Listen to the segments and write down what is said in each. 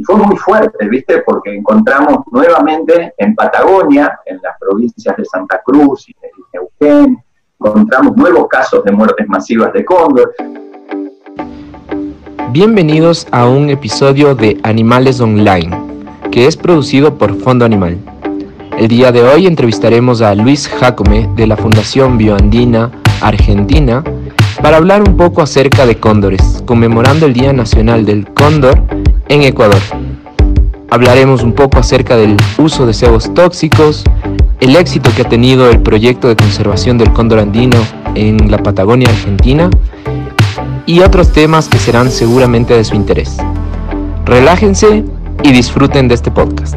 Y fue muy fuerte, ¿viste? Porque encontramos nuevamente en Patagonia, en las provincias de Santa Cruz y de Neuquén, encontramos nuevos casos de muertes masivas de cóndor. Bienvenidos a un episodio de Animales Online, que es producido por Fondo Animal. El día de hoy entrevistaremos a Luis Jácome de la Fundación Bioandina Argentina para hablar un poco acerca de cóndores, conmemorando el Día Nacional del Cóndor en Ecuador. Hablaremos un poco acerca del uso de cebos tóxicos, el éxito que ha tenido el proyecto de conservación del cóndor andino en la Patagonia Argentina y otros temas que serán seguramente de su interés. Relájense y disfruten de este podcast.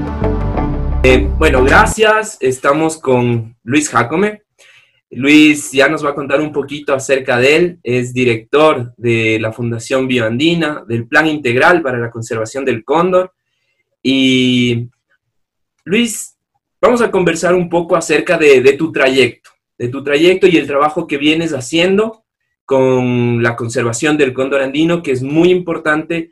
Bueno, gracias. Estamos con Luis Jácome. Luis ya nos va a contar un poquito acerca de él. Es director de la Fundación Bioandina, del Plan Integral para la Conservación del Cóndor. Y Luis, vamos a conversar un poco acerca de tu trayecto y el trabajo que vienes haciendo con la conservación del cóndor andino, que es muy importante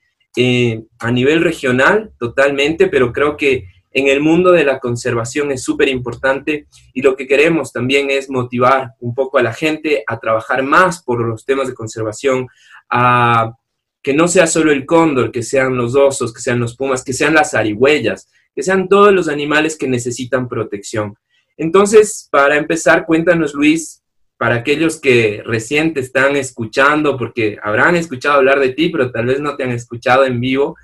a nivel regional totalmente, pero creo que en el mundo de la conservación es súper importante, y lo que queremos también es motivar un poco a la gente a trabajar más por los temas de conservación, a que no sea solo el cóndor, que sean los osos, que sean los pumas, que sean las zarigüeyas, que sean todos los animales que necesitan protección. Entonces, para empezar, cuéntanos, Luis, para aquellos que recién te están escuchando, porque habrán escuchado hablar de ti, pero tal vez no te han escuchado en vivo,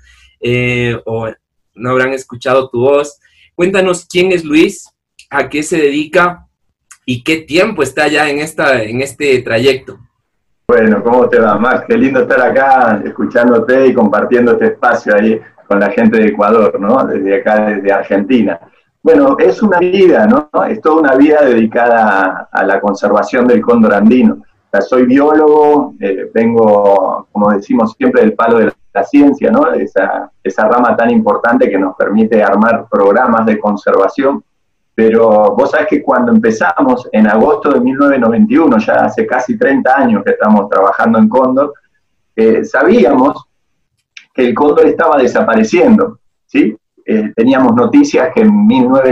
o no habrán escuchado tu voz. Cuéntanos quién es Luis, a qué se dedica y qué tiempo está ya en este trayecto. Bueno, ¿cómo te va, Max? Qué lindo estar acá escuchándote y compartiendo este espacio ahí con la gente de Ecuador, ¿no? Desde acá, desde Argentina. Bueno, es una vida, ¿no? Es toda una vida dedicada a la conservación del cóndor andino. O sea, soy biólogo, vengo, como decimos siempre, del palo de la ciencia, ¿no? Esa rama tan importante que nos permite armar programas de conservación. Pero vos sabés que cuando empezamos, en agosto de 1991, ya hace casi 30 años que estamos trabajando en cóndor, sabíamos que el cóndor estaba desapareciendo, ¿sí? Teníamos noticias que en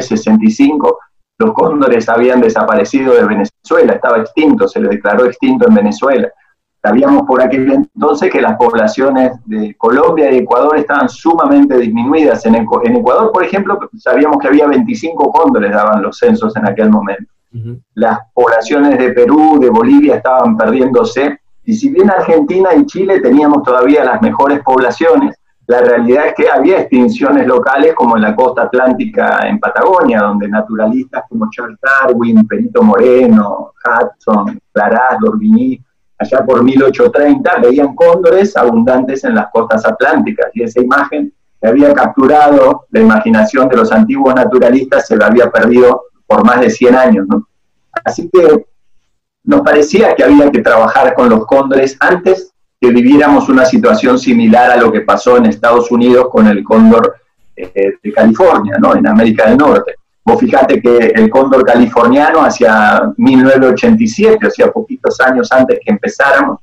1965 los cóndores habían desaparecido de Venezuela, estaba extinto, se le declaró extinto en Venezuela. Sabíamos por aquel entonces que las poblaciones de Colombia y Ecuador estaban sumamente disminuidas. En Ecuador, por ejemplo, sabíamos que había 25 cóndores, daban los censos en aquel momento. Uh-huh. Las poblaciones de Perú, de Bolivia estaban perdiéndose, y si bien Argentina y Chile teníamos todavía las mejores poblaciones, la realidad es que había extinciones locales como en la costa atlántica en Patagonia, donde naturalistas como Charles Darwin, Perito Moreno, Hudson, Clarás, D'Orbigny, allá por 1830, veían cóndores abundantes en las costas atlánticas, y esa imagen que había capturado la imaginación de los antiguos naturalistas se la había perdido por más de 100 años, ¿no? Así que nos parecía que había que trabajar con los cóndores antes que viviéramos una situación similar a lo que pasó en Estados Unidos con el cóndor de California, ¿no? En América del Norte. Vos fijate que el cóndor californiano hacia 1987, o sea, poquitos años antes que empezáramos,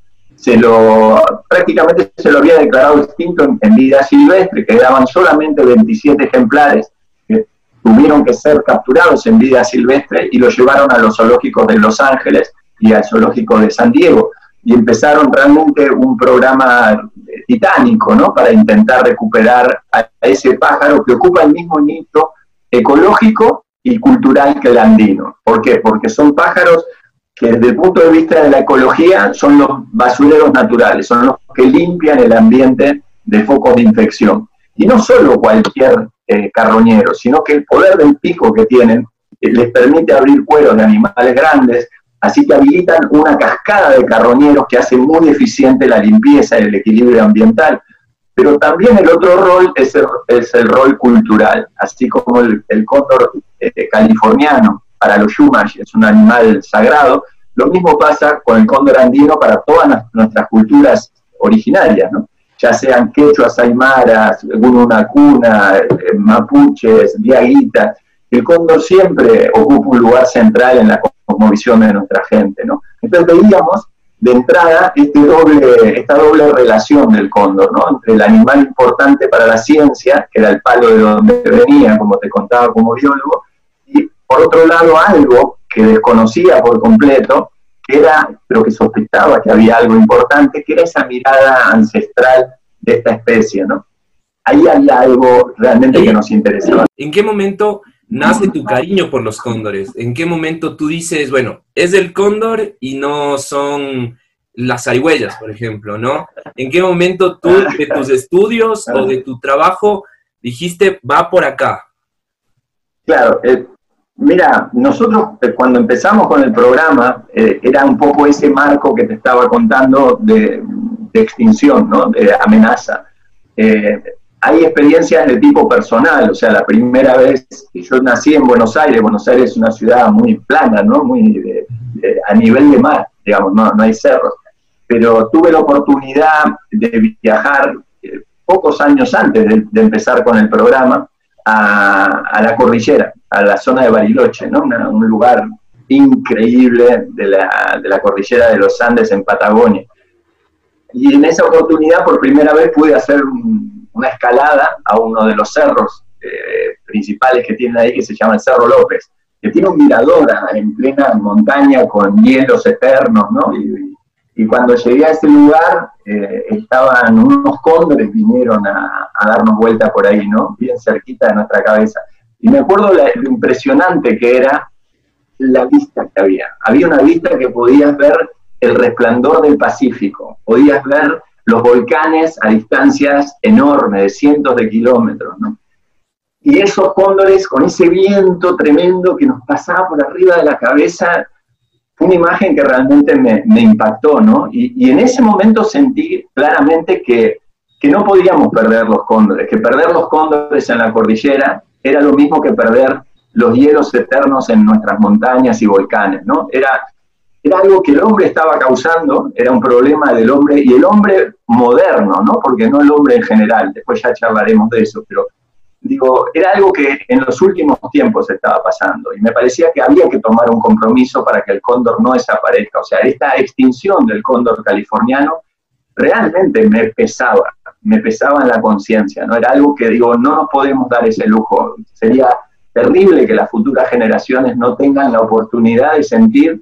prácticamente se lo había declarado extinto en vida silvestre. Quedaban solamente 27 ejemplares que tuvieron que ser capturados en vida silvestre y los llevaron a los zoológicos de Los Ángeles y al zoológico de San Diego. Y empezaron realmente un programa titánico, ¿no? Para intentar recuperar a ese pájaro que ocupa el mismo nicho ecológico y cultural que el andino. ¿Por qué? Porque son pájaros que desde el punto de vista de la ecología son los basureros naturales, son los que limpian el ambiente de focos de infección. Y no solo cualquier carroñero, sino que el poder del pico que tienen les permite abrir cueros de animales grandes, así que habilitan una cascada de carroñeros que hace muy eficiente la limpieza y el equilibrio ambiental. Pero también el otro rol es el rol cultural, así como el cóndor californiano para los Chumash es un animal sagrado. Lo mismo pasa con el cóndor andino para todas nuestras culturas originarias, ¿no? Ya sean quechuas, aymaras, gununacuna, mapuches, diaguitas. El cóndor siempre ocupa un lugar central en la cosmovisión de nuestra gente, ¿no? Entonces veíamos de entrada esta doble relación del cóndor, ¿no? Entre el animal importante para la ciencia, que era el palo de donde venía, como te contaba como biólogo, y por otro lado algo que desconocía por completo, que era, pero que sospechaba que había algo importante, que era esa mirada ancestral de esta especie, ¿no? Ahí había algo realmente que nos interesaba. ¿En qué momento nace tu cariño por los cóndores? ¿En qué momento tú dices, bueno, es el cóndor y no son las zarigüeyas, por ejemplo, ¿no? ¿En qué momento tú, de tus estudios o de tu trabajo, dijiste, va por acá? Claro, mira, nosotros cuando empezamos con el programa, era un poco ese marco que te estaba contando de extinción, ¿no? De amenaza. Hay experiencias de tipo personal, o sea, la primera vez que yo nací en Buenos Aires es una ciudad muy plana, ¿no? Muy a nivel de mar, digamos, no hay cerros, pero tuve la oportunidad de viajar pocos años antes de empezar con el programa a la cordillera, a la zona de Bariloche, ¿no? Un lugar increíble de la cordillera de los Andes en Patagonia. Y en esa oportunidad, por primera vez, pude hacer una escalada a uno de los cerros principales que tienen ahí, que se llama el Cerro López, que tiene un mirador en plena montaña con hielos eternos, ¿no? Y cuando llegué a ese lugar, estaban unos cóndores, vinieron a darnos vuelta por ahí, ¿no? Bien cerquita de nuestra cabeza. Y me acuerdo lo impresionante que era la vista que había. Había una vista que podías ver el resplandor del Pacífico, podías ver los volcanes a distancias enormes, de cientos de kilómetros, ¿no? Y esos cóndores con ese viento tremendo que nos pasaba por arriba de la cabeza, fue una imagen que realmente me impactó, ¿no? Y en ese momento sentí claramente que no podíamos perder los cóndores, que perder los cóndores en la cordillera era lo mismo que perder los hielos eternos en nuestras montañas y volcanes, ¿no? Era algo que el hombre estaba causando, era un problema del hombre, y el hombre moderno, ¿no? Porque no el hombre en general, después ya charlaremos de eso, pero digo, era algo que en los últimos tiempos estaba pasando, y me parecía que había que tomar un compromiso para que el cóndor no desaparezca. O sea, esta extinción del cóndor californiano realmente me pesaba en la conciencia, ¿no? Era algo que digo, no nos podemos dar ese lujo, sería terrible que las futuras generaciones no tengan la oportunidad de sentir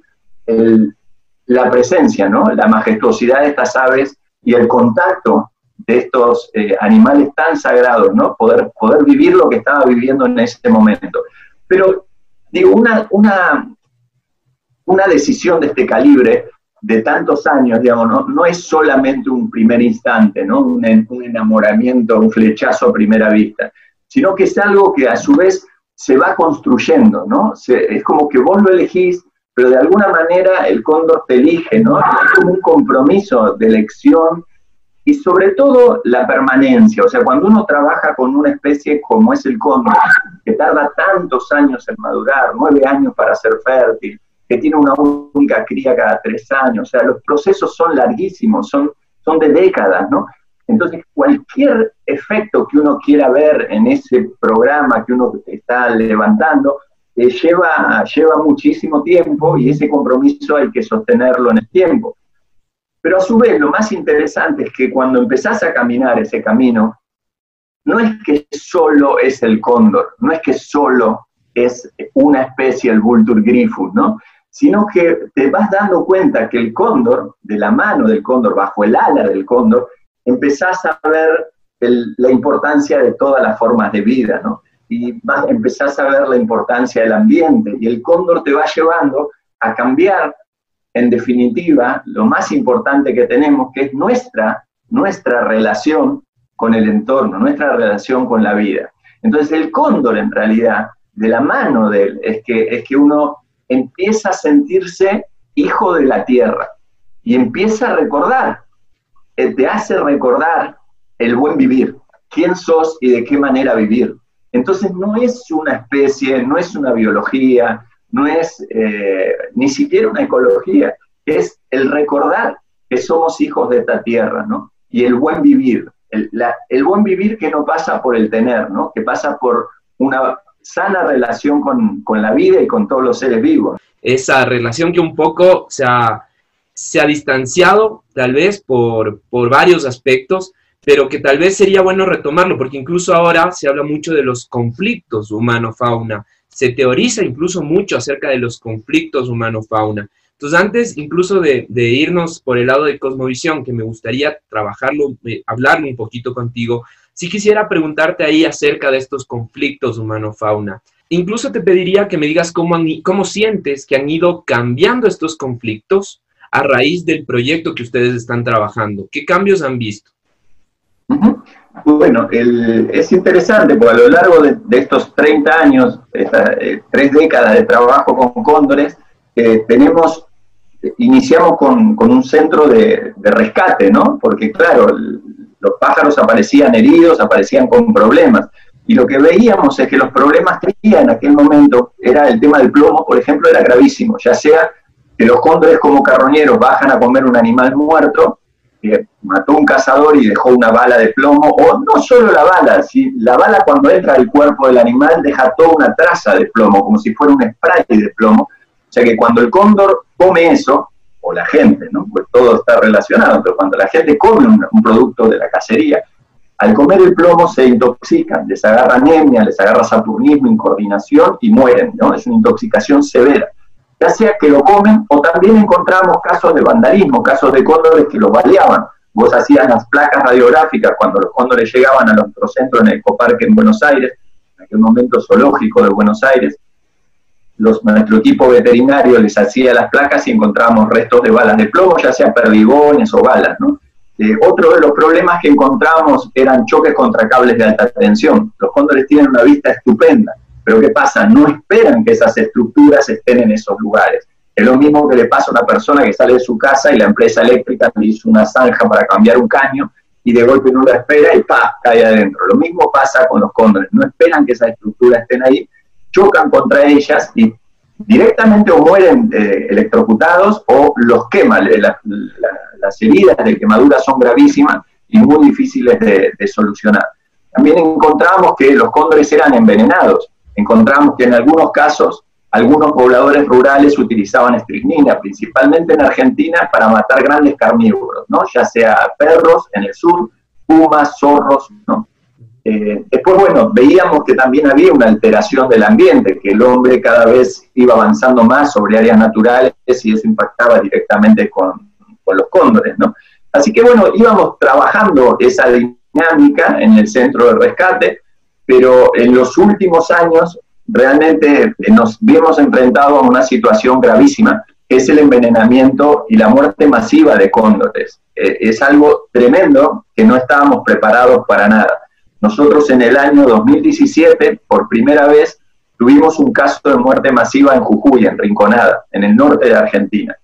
la presencia, ¿no? La majestuosidad de estas aves y el contacto de estos animales tan sagrados, ¿no? Poder vivir lo que estaba viviendo en ese momento. Pero, digo, una decisión de este calibre, de tantos años, digamos, no es solamente un primer instante, ¿no? Un enamoramiento, un flechazo a primera vista, sino que es algo que a su vez se va construyendo, ¿no? Es como que vos lo elegís, pero de alguna manera el cóndor te elige, ¿no? Es como un compromiso de elección y sobre todo la permanencia. O sea, cuando uno trabaja con una especie como es el cóndor, que tarda tantos años en madurar, 9 años para ser fértil, que tiene una única cría cada 3 años, o sea, los procesos son larguísimos, son de décadas, ¿no? Entonces, cualquier efecto que uno quiera ver en ese programa que uno está levantando, lleva muchísimo tiempo, y ese compromiso hay que sostenerlo en el tiempo. Pero a su vez, lo más interesante es que cuando empezás a caminar ese camino, no es que solo es el cóndor, no es que solo es una especie, el Vultur gryphus, ¿no? Sino que te vas dando cuenta que el cóndor, de la mano del cóndor, bajo el ala del cóndor, empezás a ver la importancia de todas las formas de vida, ¿no? Y empezás a ver la importancia del ambiente, y el cóndor te va llevando a cambiar, en definitiva, lo más importante que tenemos, que es nuestra relación con el entorno, nuestra relación con la vida. Entonces el cóndor, en realidad, de la mano de él, es que uno empieza a sentirse hijo de la tierra, y empieza a recordar, te hace recordar el buen vivir, quién sos y de qué manera vivir. Entonces no es una especie, no es una biología, no es ni siquiera una ecología, es el recordar que somos hijos de esta tierra, ¿no? Y el buen vivir, el buen vivir que no pasa por el tener, ¿no? Que pasa por una sana relación con la vida y con todos los seres vivos. Esa relación que un poco, o sea, se ha distanciado tal vez por varios aspectos, pero que tal vez sería bueno retomarlo, porque incluso ahora se habla mucho de los conflictos humano-fauna, se teoriza incluso mucho acerca de los conflictos humano-fauna. Entonces, antes incluso de irnos por el lado de Cosmovisión, que me gustaría trabajarlo, hablarlo un poquito contigo, sí quisiera preguntarte ahí acerca de estos conflictos humano-fauna. Incluso te pediría que me digas cómo sientes que han ido cambiando estos conflictos a raíz del proyecto que ustedes están trabajando. ¿Qué cambios han visto? Bueno, es interesante porque a lo largo de estos 30 años, 3 décadas de trabajo con cóndores, iniciamos con un centro de rescate, ¿no? Porque claro, los pájaros aparecían heridos, aparecían con problemas, y lo que veíamos es que los problemas que había en aquel momento, era el tema del plomo, por ejemplo, era gravísimo, ya sea que los cóndores como carroñeros bajan a comer un animal muerto, que mató un cazador y dejó una bala de plomo, o no solo la bala, ¿sí? La bala cuando entra al cuerpo del animal deja toda una traza de plomo, como si fuera un spray de plomo, o sea que cuando el cóndor come eso, o la gente, ¿no? Pues todo está relacionado, pero cuando la gente come un producto de la cacería, al comer el plomo se intoxican, les agarra anemia, les agarra saturnismo, incoordinación y mueren, ¿no? Es una intoxicación severa. Ya sea que lo comen, o también encontramos casos de vandalismo, casos de cóndores que los baleaban. Vos hacías las placas radiográficas cuando los cóndores llegaban a nuestro centro en el Ecoparque en Buenos Aires, en aquel momento zoológico de Buenos Aires. Nuestro equipo veterinario les hacía las placas y encontrábamos restos de balas de plomo, ya sea perdigones o balas, ¿no? Otro de los problemas que encontramos eran choques contra cables de alta tensión. Los cóndores tienen una vista estupenda, pero ¿qué pasa? No esperan que esas estructuras estén en esos lugares. Es lo mismo que le pasa a una persona que sale de su casa y la empresa eléctrica le hizo una zanja para cambiar un caño y de golpe no la espera y ¡pah!, cae adentro. Lo mismo pasa con los cóndores. No esperan que esas estructuras estén ahí, chocan contra ellas y directamente o mueren electrocutados o los queman. Las heridas de quemadura son gravísimas y muy difíciles de solucionar. También encontramos que los cóndores eran envenenados. Encontramos que en algunos casos algunos pobladores rurales utilizaban estricnina, principalmente en Argentina, para matar grandes carnívoros, ¿no? Ya sea perros en el sur, pumas, zorros, ¿no? Después, bueno, veíamos que también había una alteración del ambiente, que el hombre cada vez iba avanzando más sobre áreas naturales y eso impactaba directamente con los cóndores, ¿no? Así que, bueno, íbamos trabajando esa dinámica en el centro de rescate, pero en los últimos años realmente nos vimos enfrentados a una situación gravísima, que es el envenenamiento y la muerte masiva de cóndores. Es algo tremendo que no estábamos preparados para nada. Nosotros en el año 2017, por primera vez, tuvimos un caso de muerte masiva en Jujuy, en Rinconada, en el norte de Argentina.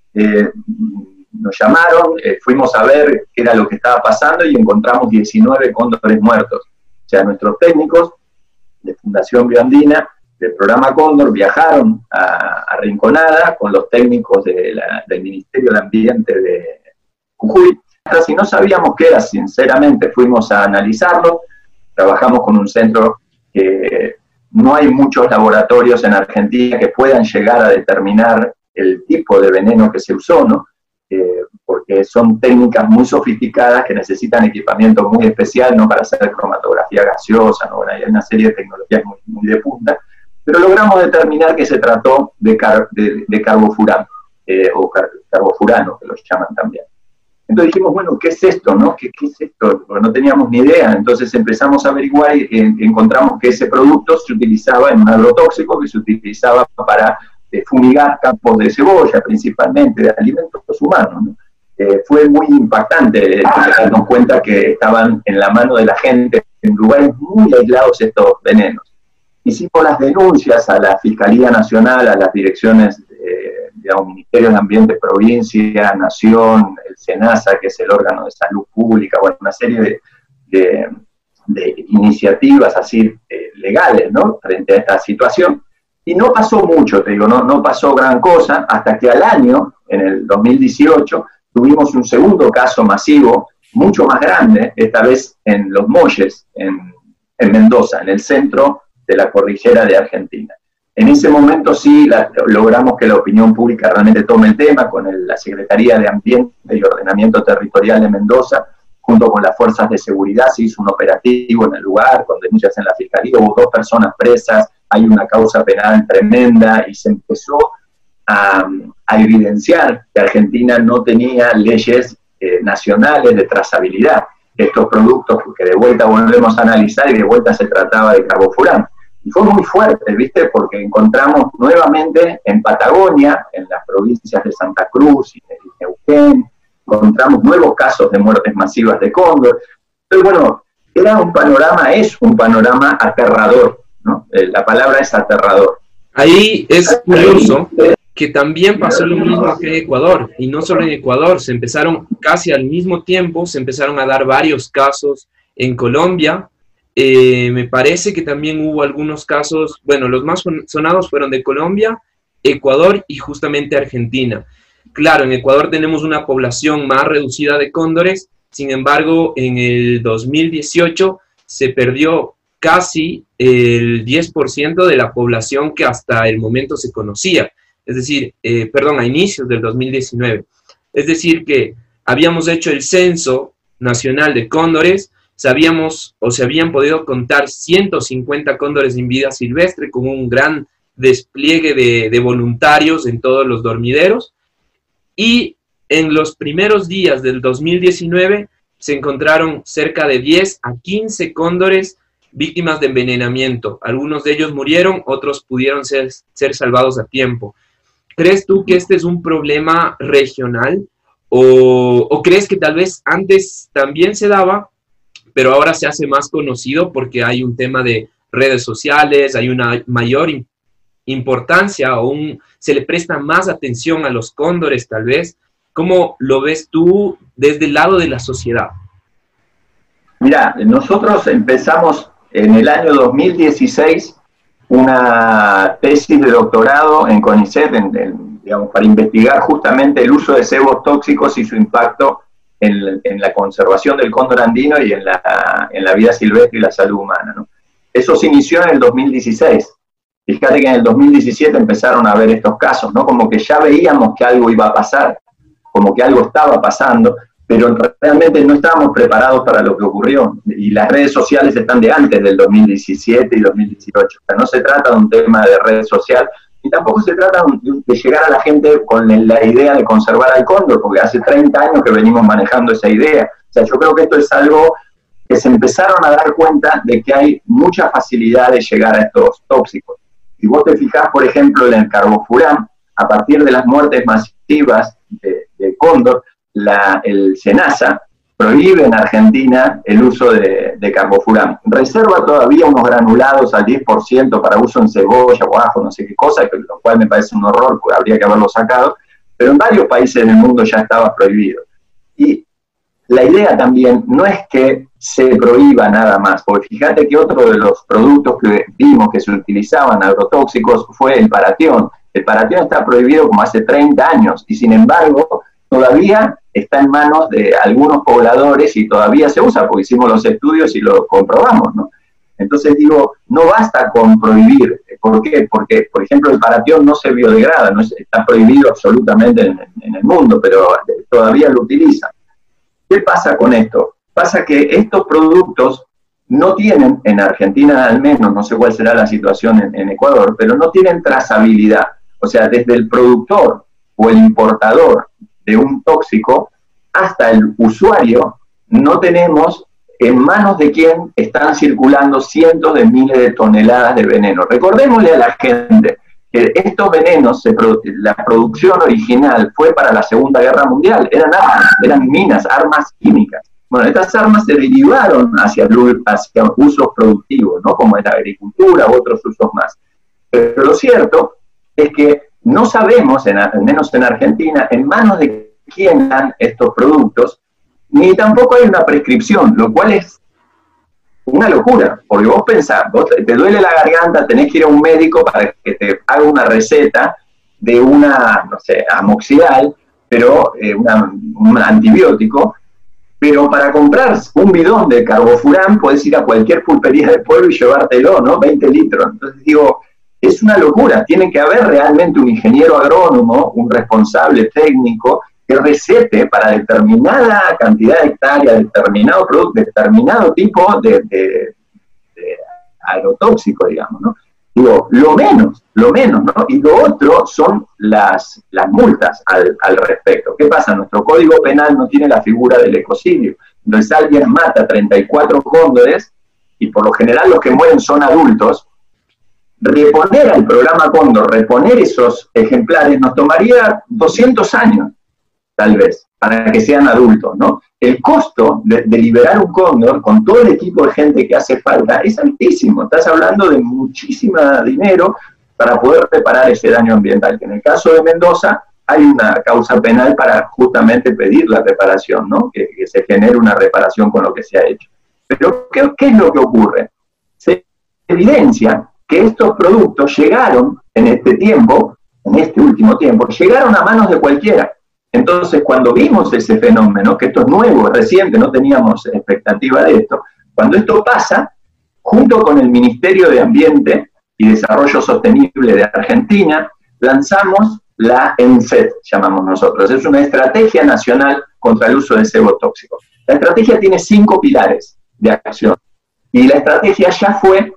Nos llamaron, fuimos a ver qué era lo que estaba pasando y encontramos 19 cóndores muertos. O sea, nuestros técnicos de Fundación Bioandina, del programa Cóndor, viajaron a Rinconada con los técnicos del Ministerio del Ambiente de Jujuy. Hasta si no sabíamos qué era, sinceramente, fuimos a analizarlo. Trabajamos con un centro que no hay muchos laboratorios en Argentina que puedan llegar a determinar el tipo de veneno que se usó, ¿no? Porque son técnicas muy sofisticadas que necesitan equipamiento muy especial, ¿no? Para hacer cromatografía gaseosa, ¿no? Bueno, hay una serie de tecnologías muy de punta, pero logramos determinar que se trató de carbofurano, o carbofurano, que los llaman también. Entonces dijimos, bueno, ¿qué es esto, no? ¿Qué es esto? Porque no teníamos ni idea. Entonces empezamos a averiguar y encontramos que ese producto se utilizaba en un agrotóxico que se utilizaba para fumigar campos de cebolla, principalmente, de alimentos humanos, ¿no? Fue muy impactante darnos cuenta que estaban en la mano de la gente, en lugares muy aislados estos venenos. Hicimos las denuncias a la Fiscalía Nacional, a las direcciones, digamos, Ministerio de Ambiente, Provincia, Nación, el SENASA, que es el órgano de salud pública, bueno, una serie de iniciativas así legales, ¿no?, frente a esta situación. Y no pasó mucho, te digo, no pasó gran cosa, hasta que al año, en el 2018, tuvimos un segundo caso masivo, mucho más grande, esta vez en Los Molles, en Mendoza, en el centro de la cordillera de Argentina. En ese momento sí logramos que la opinión pública realmente tome el tema con la Secretaría de Ambiente y Ordenamiento Territorial de Mendoza, junto con las fuerzas de seguridad. Se hizo un operativo en el lugar con denuncias en la Fiscalía, hubo 2 personas presas, hay una causa penal tremenda y se empezó a evidenciar que Argentina no tenía leyes nacionales de trazabilidad de estos productos, porque de vuelta volvemos a analizar y de vuelta se trataba de carbofurán. Y fue muy fuerte, ¿viste? Porque encontramos nuevamente en Patagonia, en las provincias de Santa Cruz y de Neuquén, encontramos nuevos casos de muertes masivas de cóndor. Pero bueno, es un panorama aterrador, ¿no? La palabra es aterrador. Ahí es curioso que también pasó lo mismo que en Ecuador, y no solo en Ecuador, se empezaron casi al mismo tiempo, se empezaron a dar varios casos en Colombia. Me parece que también hubo algunos casos, bueno, los más sonados fueron de Colombia, Ecuador y justamente Argentina. Claro, en Ecuador tenemos una población más reducida de cóndores, sin embargo, en el 2018 se perdió casi el 10% de la población que hasta el momento se conocía, es decir, a inicios del 2019. Es decir, que habíamos hecho el censo nacional de cóndores, se habían podido contar 150 cóndores en vida silvestre con un gran despliegue de voluntarios en todos los dormideros, y en los primeros días del 2019 se encontraron cerca de 10 a 15 cóndores víctimas de envenenamiento. Algunos de ellos murieron, otros pudieron ser salvados a tiempo. ¿Crees tú que este es un problema regional? ¿O crees que tal vez antes también se daba, pero ahora se hace más conocido porque hay un tema de redes sociales, hay una mayor importancia se le presta más atención a los cóndores tal vez? ¿Cómo lo ves tú desde el lado de la sociedad? Mira, nosotros empezamos en el año 2016 una tesis de doctorado en CONICET, digamos, para investigar justamente el uso de cebos tóxicos y su impacto en la conservación del cóndor andino y en la vida silvestre y la salud humana, ¿no? Eso se inició en el 2016. Fíjate que en el 2017 empezaron a ver estos casos, ¿no? Como que ya veíamos que algo iba a pasar, como que algo estaba pasando, pero realmente no estábamos preparados para lo que ocurrió. Y las redes sociales están de antes del 2017 y 2018. O sea, no se trata de un tema de red social, y tampoco se trata de llegar a la gente con la idea de conservar al cóndor, porque hace 30 años que venimos manejando esa idea. O sea, yo creo que esto es algo que se empezaron a dar cuenta de que hay mucha facilidad de llegar a estos tóxicos. Si vos te fijás, por ejemplo, en el carbofurán, a partir de las muertes masivas de cóndor, el SENASA prohíbe en Argentina el uso de carbofurán. Reserva todavía unos granulados al 10% para uso en cebolla o ajo, no sé qué cosa, lo cual me parece un horror, porque habría que haberlo sacado, pero en varios países del mundo ya estaba prohibido. Y la idea también no es que se prohíba nada más, porque fíjate que otro de los productos que vimos que se utilizaban agrotóxicos fue el paratión. El paratión está prohibido como hace 30 años y sin embargo todavía está en manos de algunos pobladores y todavía se usa, porque hicimos los estudios y lo comprobamos, ¿no? Entonces digo, no basta con prohibir. ¿Por qué? Porque, por ejemplo, el paratión no se biodegrada, está prohibido absolutamente en el mundo, pero todavía lo utilizan. ¿Qué pasa con esto? Pasa que estos productos no tienen, en Argentina al menos, no sé cuál será la situación en Ecuador, pero no tienen trazabilidad. O sea, desde el productor o el importador de un tóxico hasta el usuario, no tenemos en manos de quién están circulando cientos de miles de toneladas de veneno. Recordémosle a la gente que estos venenos, la producción original fue para la Segunda Guerra Mundial, eran armas, eran minas, armas químicas. Bueno, estas armas se derivaron hacia usos productivos, ¿no? Como en la agricultura u otros usos más. Pero lo cierto es que no sabemos, al menos en Argentina, en manos de quién están estos productos, ni tampoco hay una prescripción, lo cual es una locura, porque vos pensás, te duele la garganta, tenés que ir a un médico para que te haga una receta de no sé, amoxidal, pero un antibiótico, pero para comprar un bidón de carbofurán podés ir a cualquier pulpería del pueblo y llevártelo, ¿no? 20 litros. Entonces digo, es una locura. Tiene que haber realmente un ingeniero agrónomo, un responsable técnico, que recete para determinada cantidad de hectáreas, determinado producto, determinado tipo de agrotóxico, digamos, ¿no? Digo, lo menos, ¿no? Y lo otro son las multas al respecto. ¿Qué pasa? Nuestro Código Penal no tiene la figura del ecocidio. Entonces alguien mata 34 cóndores, y por lo general los que mueren son adultos. Reponer al programa Cóndor, reponer esos ejemplares, nos tomaría 200 años, tal vez, para que sean adultos, ¿no? El costo de liberar un cóndor, con todo el equipo de gente que hace falta, es altísimo. Estás hablando de muchísimo dinero para poder reparar ese daño ambiental, que en el caso de Mendoza hay una causa penal para justamente pedir la reparación, ¿no? Que se genere una reparación con lo que se ha hecho. Pero, ¿qué es lo que ocurre? Se evidencia que estos productos llegaron en este último tiempo, llegaron a manos de cualquiera. Entonces, cuando vimos ese fenómeno, que esto es nuevo, es reciente, no teníamos expectativa de esto, cuando esto pasa, junto con el Ministerio de Ambiente y Desarrollo Sostenible de Argentina, lanzamos la ENSET, llamamos nosotros. Es una estrategia nacional contra el uso de cebo tóxico. La estrategia tiene 5 pilares de acción, y la estrategia ya fue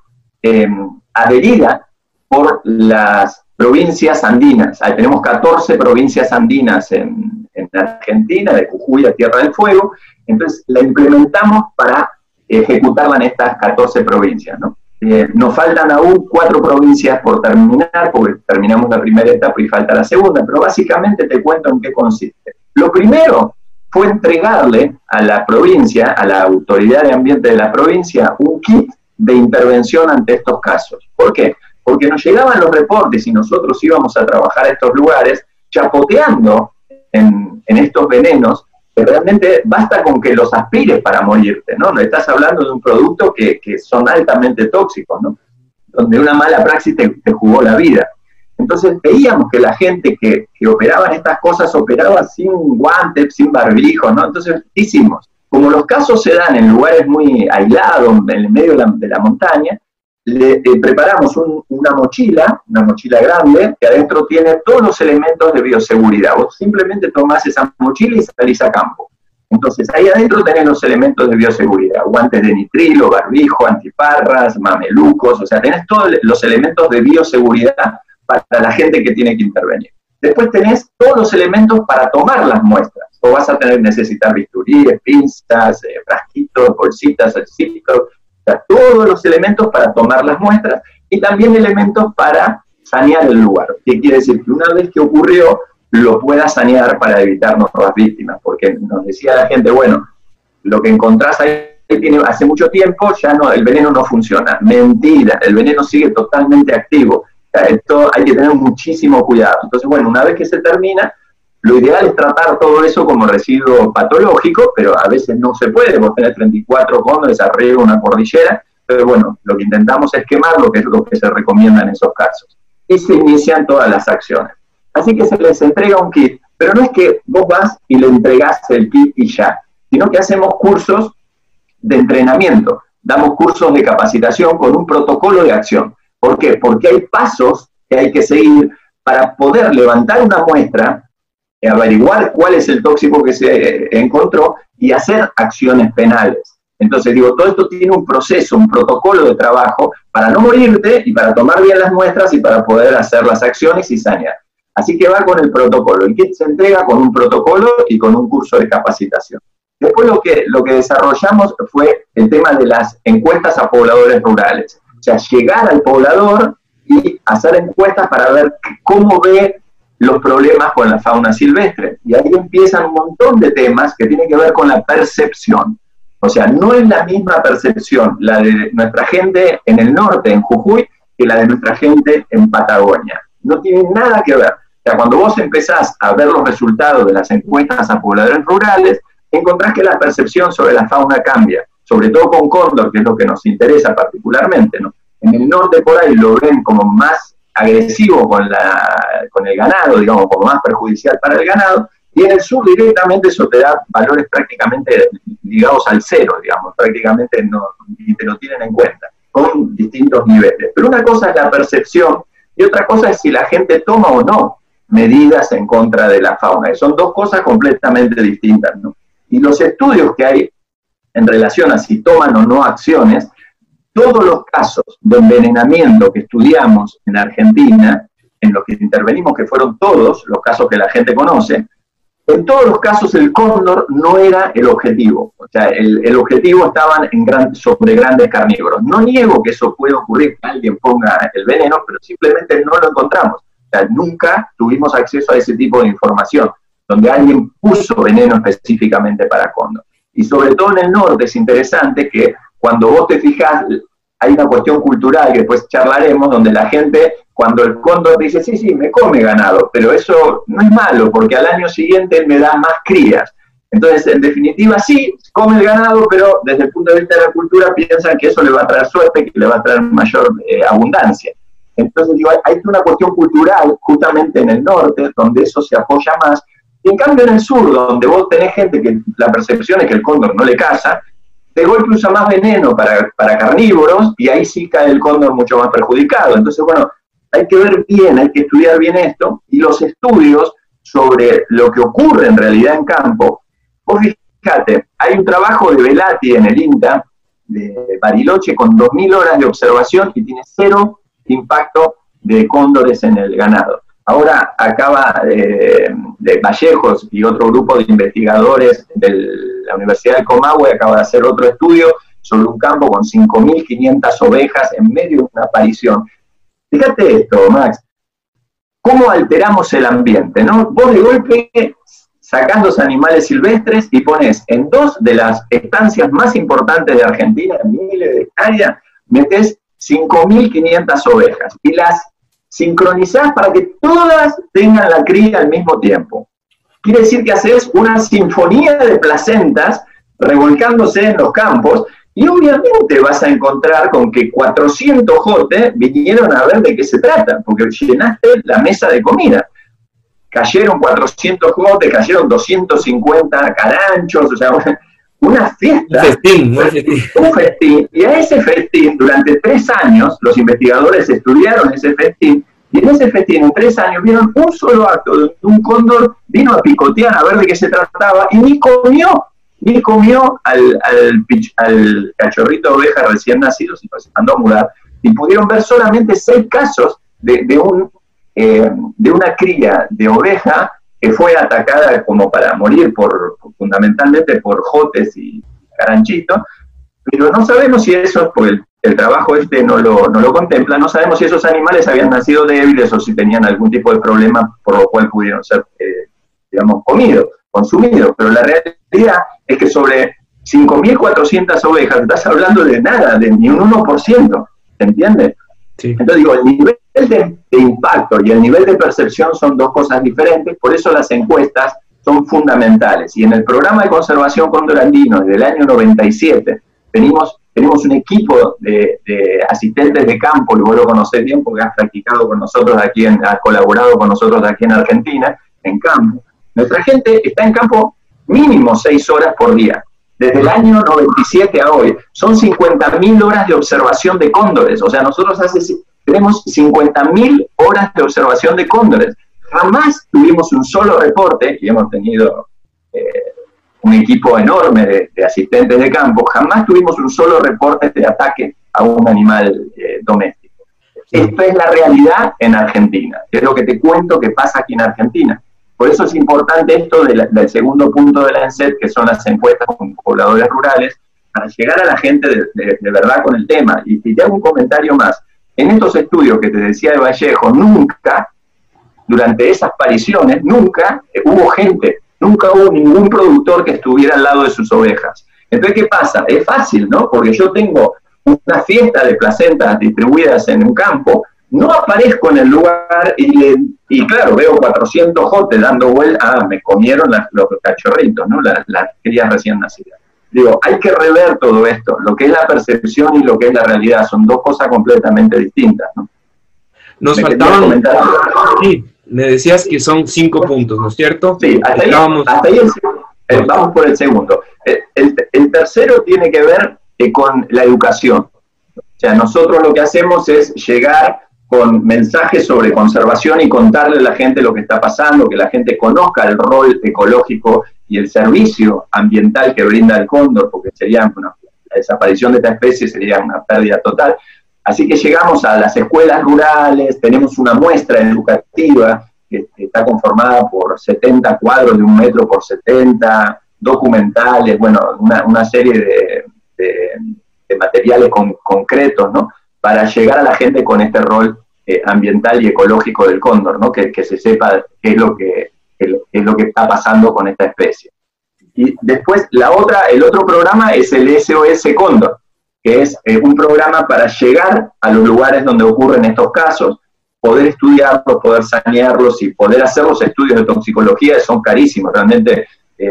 adherida por las provincias andinas. Ahí tenemos 14 provincias andinas en Argentina, de Jujuy a Tierra del Fuego. Entonces la implementamos para ejecutarla en estas 14 provincias, ¿no? Nos faltan aún 4 provincias por terminar, porque terminamos la primera etapa y falta la segunda, pero básicamente te cuento en qué consiste. Lo primero fue entregarle a la provincia, a la autoridad de ambiente de la provincia, un kit de intervención ante estos casos. ¿Por qué? Porque nos llegaban los reportes y nosotros íbamos a trabajar a estos lugares chapoteando en estos venenos, que realmente basta con que los aspires para morirte, ¿no? No estás hablando de un producto que son altamente tóxicos, ¿no? Donde una mala praxis te jugó la vida. Entonces veíamos que la gente que operaba en estas cosas operaba sin guantes, sin barbijo, ¿no? Entonces hicimos, como los casos se dan en lugares muy aislados, en el medio de la montaña, le preparamos una mochila grande, que adentro tiene todos los elementos de bioseguridad. Vos simplemente tomás esa mochila y salís a campo. Entonces ahí adentro tenés los elementos de bioseguridad: guantes de nitrilo, barbijo, antiparras, mamelucos, o sea, tenés todos los elementos de bioseguridad para la gente que tiene que intervenir. Después tenés todos los elementos para tomar las muestras. O vas a necesitar bisturíes, pinzas, frasquitos, bolsitas, salsitos, todos los elementos para tomar las muestras, y también elementos para sanear el lugar. ¿Qué quiere decir? Que una vez que ocurrió, lo pueda sanear para evitar nuevas víctimas, porque nos decía la gente, bueno, lo que encontrás ahí hace mucho tiempo, ya no, el veneno no funciona. Mentira, el veneno sigue totalmente activo. Esto hay que tener muchísimo cuidado. Entonces, bueno, una vez que se termina, lo ideal es tratar todo eso como residuo patológico, pero a veces no se puede. Vos tenés 34 cóndores arriba de una cordillera, pero bueno, lo que intentamos es quemarlo, que es lo que se recomienda en esos casos. Y se inician todas las acciones. Así que se les entrega un kit, pero no es que vos vas y le entregás el kit y ya, sino que hacemos cursos de entrenamiento, damos cursos de capacitación con un protocolo de acción. ¿Por qué? Porque hay pasos que hay que seguir para poder levantar una muestra, averiguar cuál es el tóxico que se encontró y hacer acciones penales. Entonces, digo, todo esto tiene un proceso, un protocolo de trabajo para no morirte y para tomar bien las muestras y para poder hacer las acciones y sanear. Así que va con el protocolo. El kit se entrega con un protocolo y con un curso de capacitación. Después lo que desarrollamos fue el tema de las encuestas a pobladores rurales. O sea, llegar al poblador y hacer encuestas para ver cómo ve los problemas con la fauna silvestre. Y ahí empiezan un montón de temas que tienen que ver con la percepción. O sea, no es la misma percepción la de nuestra gente en el norte, en Jujuy, que la de nuestra gente en Patagonia. No tiene nada que ver. O sea, cuando vos empezás a ver los resultados de las encuestas a pobladores rurales, encontrás que la percepción sobre la fauna cambia, sobre todo con cóndor, que es lo que nos interesa particularmente, ¿no? En el norte por ahí lo ven como más agresivo con el ganado, digamos, como más perjudicial para el ganado, y en el sur directamente eso te da valores prácticamente ligados al cero, digamos, prácticamente no, ni te lo tienen en cuenta, con distintos niveles. Pero una cosa es la percepción y otra cosa es si la gente toma o no medidas en contra de la fauna. Son dos cosas completamente distintas, ¿no? Y los estudios que hay en relación a si toman o no acciones, todos los casos de envenenamiento que estudiamos en Argentina, en los que intervenimos, que fueron todos los casos que la gente conoce, en todos los casos el cóndor no era el objetivo. O sea, el objetivo estaban sobre grandes carnívoros. No niego que eso puede ocurrir, que alguien ponga el veneno, pero simplemente no lo encontramos. O sea, nunca tuvimos acceso a ese tipo de información, donde alguien puso veneno específicamente para cóndor. Y sobre todo en el norte es interesante que cuando vos te fijas, hay una cuestión cultural que después charlaremos, donde la gente, cuando el cóndor dice, sí, me come ganado, pero eso no es malo, porque al año siguiente me da más crías. Entonces, en definitiva, sí, come el ganado, pero desde el punto de vista de la cultura piensan que eso le va a traer suerte, que le va a traer mayor abundancia. Entonces, digo, hay una cuestión cultural justamente en el norte, donde eso se apoya más. Y en cambio en el sur, donde vos tenés gente que la percepción es que el cóndor no le caza, de golpe usa más veneno para carnívoros, y ahí sí cae el cóndor mucho más perjudicado. Entonces, bueno, hay que ver bien, hay que estudiar bien esto, y los estudios sobre lo que ocurre en realidad en campo. Vos fíjate, hay un trabajo de Velati en el INTA, de Bariloche, con 2.000 horas de observación, y tiene 0 impacto de cóndores en el ganado. Ahora acaba de Vallejos y otro grupo de investigadores de la Universidad de Comahue acaba de hacer otro estudio sobre un campo con 5.500 ovejas en medio de una aparición. Fíjate esto, Max, cómo alteramos el ambiente, ¿no? Vos de golpe sacás los animales silvestres y pones en 2 de las estancias más importantes de Argentina, en miles de hectáreas, metés 5.500 ovejas y las sincronizás para que todas tengan la cría al mismo tiempo. Quiere decir que haces una sinfonía de placentas revolcándose en los campos, y obviamente vas a encontrar con que 400 jotes vinieron a ver de qué se trata, porque llenaste la mesa de comida. Cayeron 400 jotes, cayeron 250 caranchos, o sea, una fiesta. Un festín. Y a ese festín, durante 3 años, los investigadores estudiaron ese festín, y en ese festín, en 3 años, vieron un solo acto donde un cóndor vino a picotear a ver de qué se trataba, y ni comió al cachorrito de oveja recién nacido, sino se mandó a mudar, y pudieron ver solamente 6 casos de una cría de oveja que fue atacada como para morir fundamentalmente por jotes y caranchitos, pero no sabemos si eso, porque el trabajo no lo contempla, no sabemos si esos animales habían nacido débiles o si tenían algún tipo de problema por lo cual pudieron ser, consumidos, pero la realidad es que sobre 5.400 ovejas, estás hablando de nada, de ni un 1%, ¿se entiende? Sí. Entonces digo, el nivel de impacto y el nivel de percepción son 2 cosas diferentes, por eso las encuestas son fundamentales. Y en el programa de conservación cóndor andino del año 97, tenemos un equipo de asistentes de campo, y vos lo conocés bien porque has practicado con nosotros aquí, has colaborado con nosotros aquí en Argentina, en campo. Nuestra gente está en campo mínimo 6 horas por día. Desde el año 97 a hoy, son 50.000 horas de observación de cóndores. O sea, nosotros tenemos 50.000 horas de observación de cóndores. Jamás tuvimos un solo reporte, y hemos tenido un equipo enorme de asistentes de campo, jamás tuvimos un solo reporte de ataque a un animal doméstico. Esta es la realidad en Argentina. Es lo que te cuento que pasa aquí en Argentina. Por eso es importante esto del segundo punto de la ENCET, que son las encuestas con pobladores rurales, para llegar a la gente de verdad con el tema. Y te hago un comentario más. En estos estudios que te decía de Vallejo, nunca, durante esas apariciones, nunca hubo gente, nunca hubo ningún productor que estuviera al lado de sus ovejas. Entonces, ¿qué pasa? Es fácil, ¿no? Porque yo tengo una fiesta de placentas distribuidas en un campo, no aparezco en el lugar y claro, veo 400 jotes dando vuelta, me comieron los cachorritos, ¿no? Las crías recién nacidas. Digo, hay que rever todo esto, lo que es la percepción y lo que es la realidad, son 2 cosas completamente distintas, ¿no? Nos faltaban, sí, me decías que son 5 puntos, ¿no es cierto? Sí, hasta ahí vamos por el segundo. El tercero tiene que ver con la educación. O sea, nosotros lo que hacemos es llegar con mensajes sobre conservación y contarle a la gente lo que está pasando, que la gente conozca el rol ecológico y el servicio ambiental que brinda el cóndor, porque sería la desaparición de esta especie sería una pérdida total. Así que llegamos a las escuelas rurales, tenemos una muestra educativa que está conformada por 70 cuadros de 1 metro por 70, documentales, bueno, una serie de materiales concretos, ¿no? Para llegar a la gente con este rol ambiental y ecológico del cóndor, ¿no? Que se sepa qué es lo que está pasando con esta especie. Y después el otro programa es el SOS Cóndor, que es un programa para llegar a los lugares donde ocurren estos casos, poder estudiarlos, poder sanearlos y poder hacer los estudios de toxicología, que son carísimos, realmente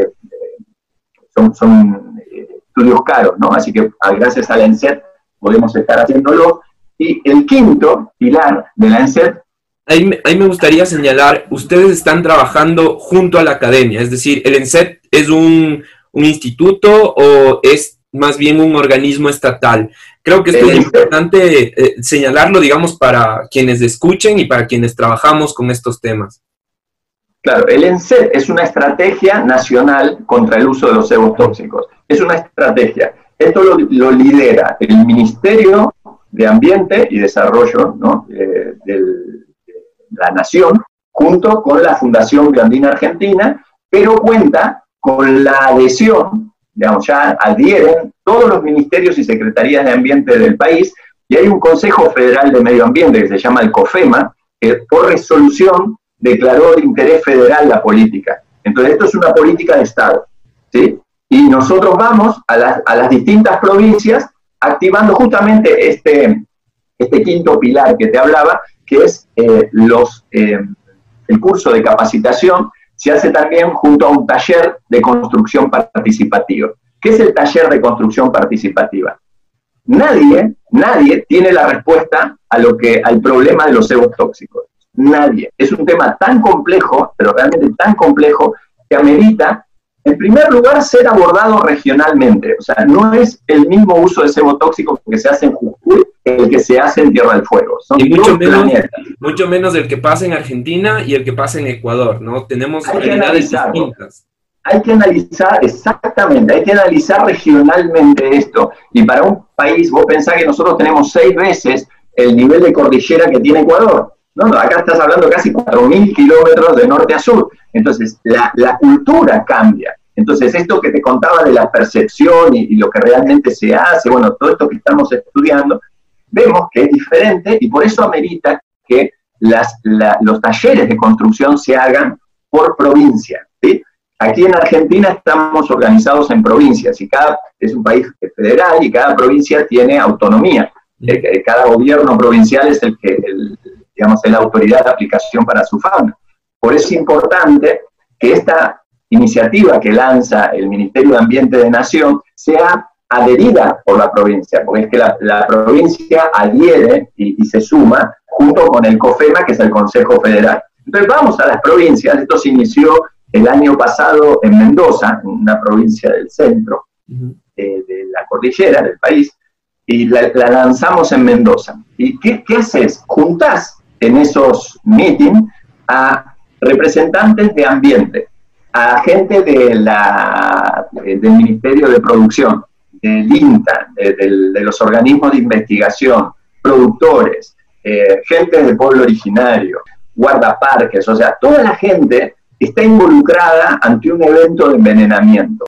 son estudios caros, ¿no? Así que gracias a la ENSET podemos estar haciéndolo. Y el quinto pilar de la ENSET... Ahí me gustaría señalar, ustedes están trabajando junto a la academia, es decir, ¿el ENSET es un instituto o es más bien un organismo estatal? Creo que esto es importante señalarlo, digamos, para quienes escuchen y para quienes trabajamos con estos temas. Claro, el ENSET es una estrategia nacional contra el uso de los cebos tóxicos. Es una estrategia. Esto lo lidera el Ministerio de Ambiente y Desarrollo, ¿no? de la Nación, junto con la Fundación Bioandina Argentina, pero cuenta con la adhesión, digamos, ya adhieren todos los ministerios y secretarías de ambiente del país, y hay un Consejo Federal de Medio Ambiente que se llama el COFEMA, que por resolución declaró de interés federal la política. Entonces esto es una política de Estado, ¿sí? Y nosotros vamos a las distintas provincias activando justamente este quinto pilar que te hablaba, que es el curso de capacitación. Se hace también junto a un taller de construcción participativa. ¿Qué es el taller de construcción participativa? Nadie tiene la respuesta al problema de los cebos tóxicos. Nadie. Es un tema tan complejo, pero realmente tan complejo, que amerita, en primer lugar, ser abordado regionalmente. O sea, no es el mismo uso de cebo tóxico que se hace en Jujuy que el que se hace en Tierra del Fuego. Son y mucho menos el que pasa en Argentina y el que pasa en Ecuador, ¿no? Tenemos realidades distintas. Hay que analizar, exactamente, hay que analizar regionalmente esto. Y para un país, vos pensás que nosotros tenemos 6 veces el nivel de cordillera que tiene Ecuador. No, acá estás hablando casi 4.000 kilómetros de norte a sur. Entonces, la cultura cambia. Entonces, esto que te contaba de la percepción y lo que realmente se hace, bueno, todo esto que estamos estudiando, vemos que es diferente y por eso amerita que los talleres de construcción se hagan por provincia, ¿sí? Aquí en Argentina estamos organizados en provincias y es un país federal y cada provincia tiene autonomía. Cada gobierno provincial es digamos, es la autoridad de aplicación para su fauna. Por eso es importante que esta iniciativa que lanza el Ministerio de Ambiente de Nación sea adherida por la provincia, porque es que la provincia adhiere y se suma junto con el COFEMA, que es el Consejo Federal. Entonces vamos a las provincias. Esto se inició el año pasado en Mendoza, una provincia del centro de la cordillera del país, y la lanzamos en Mendoza. ¿Y qué haces? Juntás en esos meetings a representantes de ambiente, a gente del Ministerio de Producción, del INTA, de los organismos de investigación, productores, gente del pueblo originario, guardaparques, o sea, toda la gente está involucrada ante un evento de envenenamiento.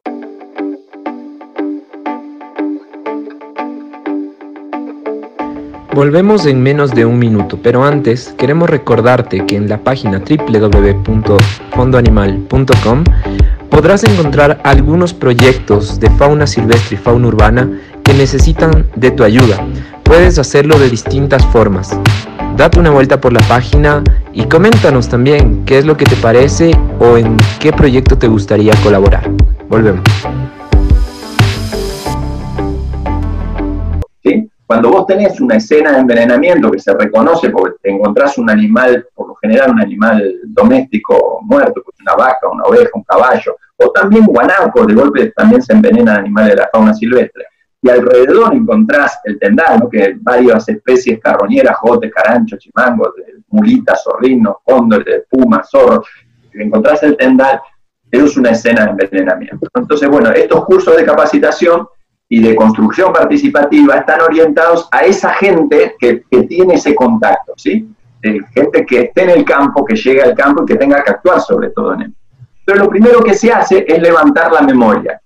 Volvemos en menos de un minuto, pero antes queremos recordarte que en la página www.fondoanimal.com podrás encontrar algunos proyectos de fauna silvestre y fauna urbana que necesitan de tu ayuda. Puedes hacerlo de distintas formas. Date una vuelta por la página y coméntanos también qué es lo que te parece o en qué proyecto te gustaría colaborar. Volvemos. ¿Sí? Cuando vos tenés una escena de envenenamiento que se reconoce porque te encontrás un animal, por lo general un animal doméstico muerto, pues una vaca, una oveja, un caballo, o también guanacos, de golpe también se envenenan animales de la fauna silvestre. y alrededor encontrás el tendal, ¿no? Que varias especies carroñeras, jotes, caranchos, chimangos, mulitas, zorrinos, cóndores, pumas, zorros, encontrás el tendal, eso es una escena de envenenamiento. Entonces, bueno, estos cursos de capacitación y de construcción participativa están orientados a esa gente que tiene ese contacto, ¿sí? Gente que esté en el campo, que llegue al campo y que tenga que actuar sobre todo en él. Pero lo primero que se hace es levantar la memoria,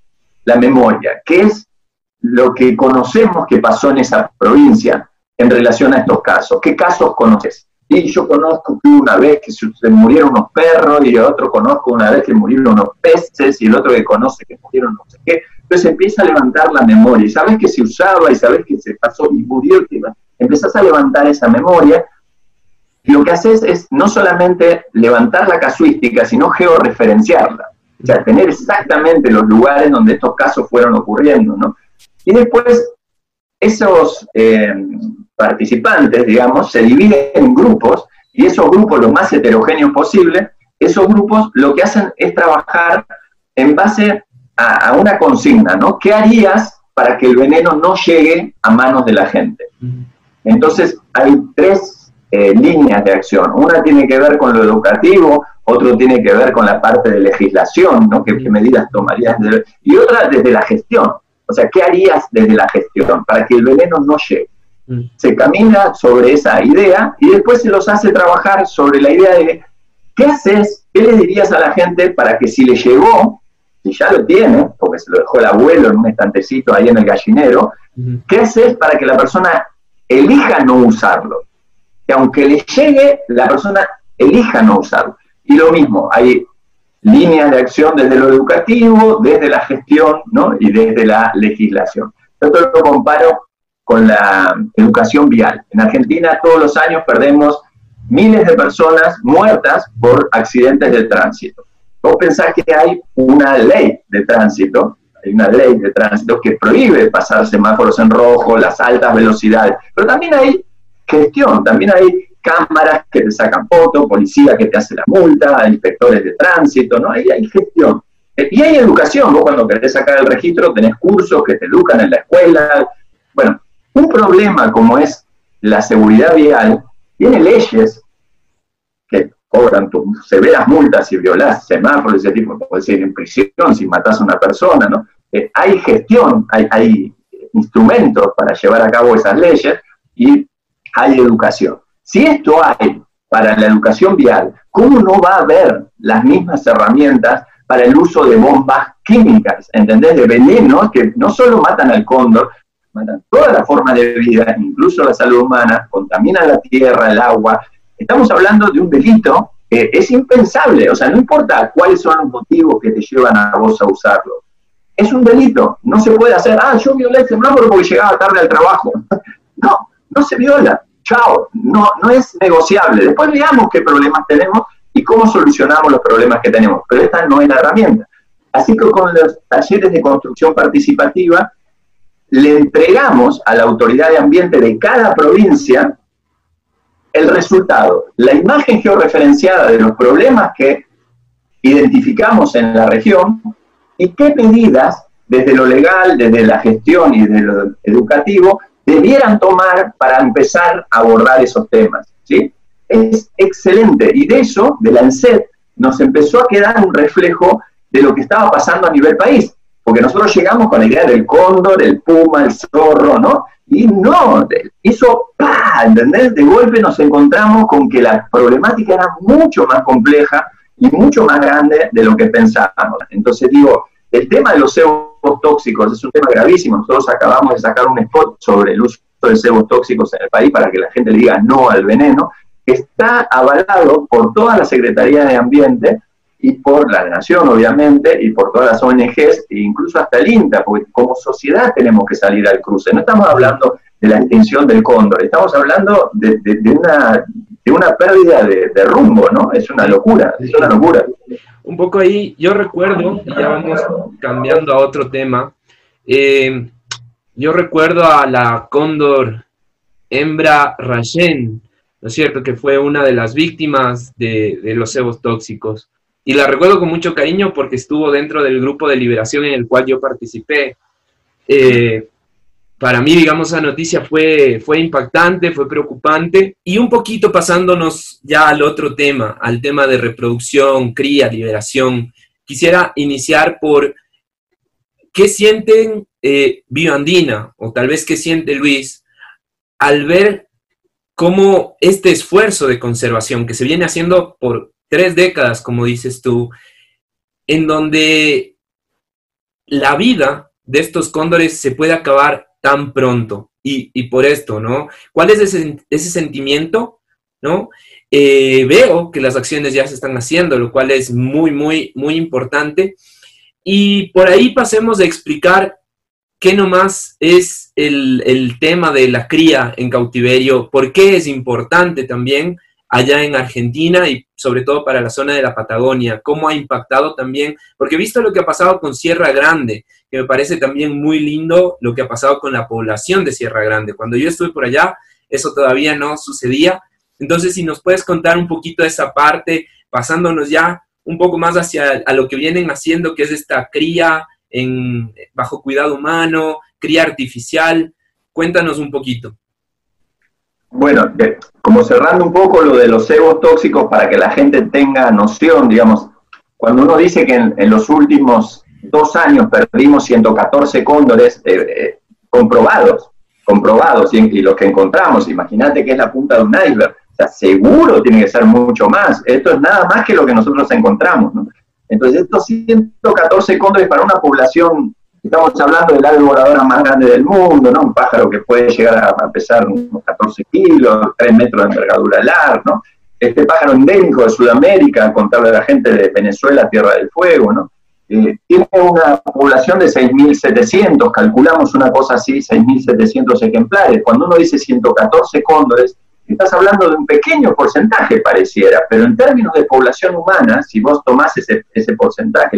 que es lo que conocemos que pasó en esa provincia en relación a estos casos. ¿Qué casos conoces? Y yo conozco que una vez que se murieron unos perros, y otro conozco una vez que murieron unos peces, y el otro que conoce que murieron no sé qué. Entonces empieza a levantar la memoria, y sabes que se usaba, y sabes que se pasó, y murió, empezás a levantar esa memoria, y lo que haces es no solamente levantar la casuística, sino georreferenciarla. O sea, tener exactamente los lugares donde estos casos fueron ocurriendo, ¿no? Y después, esos participantes, digamos, se dividen en grupos, y esos grupos, lo más heterogéneos posible, esos grupos lo que hacen es trabajar en base a una consigna, ¿no? ¿Qué harías para que el veneno no llegue a manos de la gente? Entonces, hay tres líneas de acción. Una tiene que ver con lo educativo, otro tiene que ver con la parte de legislación, ¿no? ¿Qué medidas tomarías? Y otra desde la gestión. O sea, ¿qué harías desde la gestión para que el veneno no llegue? Se camina sobre esa idea y después se los hace trabajar sobre la idea de ¿qué haces? ¿Qué le dirías a la gente para que si le llegó, si ya lo tiene, porque se lo dejó el abuelo en un estantecito ahí en el gallinero, ¿qué haces para que la persona elija no usarlo? Que aunque le llegue, la persona elija no usarlo. Y lo mismo, hay líneas de acción desde lo educativo, desde la gestión, ¿no? Y desde la legislación. Esto lo comparo con la educación vial. En Argentina todos los años perdemos miles de personas muertas por accidentes de tránsito. Vos pensás que hay una ley de tránsito, que prohíbe pasar semáforos en rojo, las altas velocidades, pero también hay gestión, también hay cámaras que te sacan fotos, policía que te hace la multa, inspectores de tránsito, ¿no? Ahí hay gestión. Y hay educación, vos cuando querés sacar el registro tenés cursos que te educan en la escuela. Bueno, un problema como es la seguridad vial, tiene leyes que cobran severas multas si violás semáforos, ese tipo, puedes ir en prisión si matás a una persona, ¿no? Hay gestión, hay instrumentos para llevar a cabo esas leyes y hay educación. Si esto hay para la educación vial, ¿cómo no va a haber las mismas herramientas para el uso de bombas químicas, ¿entendés? De venenos que no solo matan al cóndor, matan toda la forma de vida, incluso la salud humana, contaminan la tierra, el agua. Estamos hablando de un delito que es impensable, o sea, no importa cuáles son los motivos que te llevan a vos a usarlo. Es un delito, no se puede hacer, yo violé el semáforo porque llegaba tarde al trabajo. No, no se viola. Chao, no es negociable. Después veamos qué problemas tenemos y cómo solucionamos los problemas que tenemos, pero esta no es la herramienta. Así que con los talleres de construcción participativa le entregamos a la autoridad de ambiente de cada provincia el resultado, la imagen georreferenciada de los problemas que identificamos en la región y qué medidas desde lo legal, desde la gestión y desde lo educativo debieran tomar para empezar a abordar esos temas, ¿sí? Es excelente, y de eso, de la ANSET, nos empezó a quedar un reflejo de lo que estaba pasando a nivel país, porque nosotros llegamos con la idea del cóndor, el puma, el zorro, ¿no? Y no, eso, ¡pah!, ¿entendés? De golpe nos encontramos con que la problemática era mucho más compleja y mucho más grande de lo que pensábamos. Entonces digo, el tema de los cebos tóxicos es un tema gravísimo. Nosotros acabamos de sacar un spot sobre el uso de cebos tóxicos en el país para que la gente le diga no al veneno. Está avalado por toda la Secretaría de Ambiente y por la Nación, obviamente, y por todas las ONGs, e incluso hasta el INTA, porque como sociedad tenemos que salir al cruce. No estamos hablando de la extinción del cóndor, estamos hablando de una pérdida de rumbo, ¿no? Es una locura, es una locura. Un poco ahí, yo recuerdo, y ya vamos cambiando a otro tema, yo recuerdo a la cóndor hembra Rayen, ¿no es cierto?, que fue una de las víctimas de los cebos tóxicos. Y la recuerdo con mucho cariño porque estuvo dentro del grupo de liberación en el cual yo participé. para mí, digamos, esa noticia fue impactante, fue preocupante, y un poquito pasándonos ya al otro tema, al tema de reproducción, cría, liberación. Quisiera iniciar por qué sienten Bioandina, o tal vez qué siente Luis, al ver cómo este esfuerzo de conservación que se viene haciendo por 3 décadas, como dices tú, en donde la vida de estos cóndores se puede acabar tan pronto, y por esto, ¿no? ¿Cuál es ese sentimiento, ¿no? Veo que las acciones ya se están haciendo, lo cual es muy, muy, muy importante, y por ahí pasemos a explicar qué nomás es el tema de la cría en cautiverio, por qué es importante también allá en Argentina y sobre todo para la zona de la Patagonia, cómo ha impactado también, porque he visto lo que ha pasado con Sierra Grande, que me parece también muy lindo lo que ha pasado con la población de Sierra Grande. Cuando yo estuve por allá, eso todavía no sucedía. Entonces, si nos puedes contar un poquito de esa parte, pasándonos ya un poco más hacia a lo que vienen haciendo, que es esta cría bajo cuidado humano, cría artificial. Cuéntanos un poquito. Bueno, como cerrando un poco lo de los cebos tóxicos para que la gente tenga noción, digamos, cuando uno dice que en los últimos 2 años perdimos 114 cóndores comprobados, y los que encontramos, imagínate que es la punta de un iceberg, o sea, seguro tiene que ser mucho más, esto es nada más que lo que nosotros encontramos, ¿no? Entonces, estos 114 cóndores para una población, estamos hablando del ave voladora más grande del mundo, ¿no? Un pájaro que puede llegar a pesar unos 14 kilos, 3 metros de envergadura alar, ¿no? Este pájaro endémico de Sudamérica, contarle a la gente de Venezuela, Tierra del Fuego, ¿no? Tiene una población de 6.700, calculamos una cosa así, 6.700 ejemplares. Cuando uno dice 114 cóndores, estás hablando de un pequeño porcentaje, pareciera, pero en términos de población humana, si vos tomás ese porcentaje, el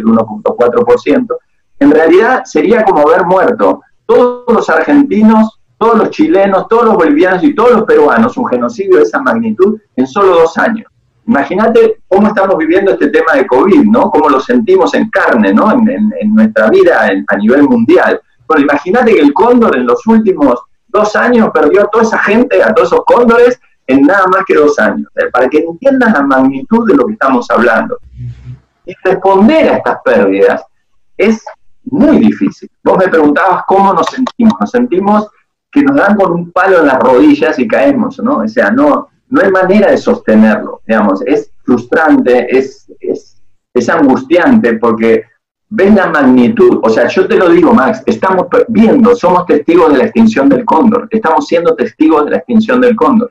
1.4%, en realidad sería como haber muerto todos los argentinos, todos los chilenos, todos los bolivianos y todos los peruanos, un genocidio de esa magnitud en solo 2 años. Imagínate cómo estamos viviendo este tema de COVID, ¿no? Cómo lo sentimos en carne, ¿no? En nuestra vida a nivel mundial. Bueno, imagínate que el cóndor en los últimos 2 años perdió a toda esa gente, a todos esos cóndores, en nada más que 2 años. Para que entiendan la magnitud de lo que estamos hablando. Y responder a estas pérdidas es muy difícil. Vos me preguntabas cómo nos sentimos. Nos sentimos que nos dan con un palo en las rodillas y caemos, ¿no? O sea, no hay manera de sostenerlo, digamos. Es frustrante, es angustiante porque ves la magnitud. O sea, yo te lo digo, Max, estamos viendo, somos testigos de la extinción del cóndor. Estamos siendo testigos de la extinción del cóndor.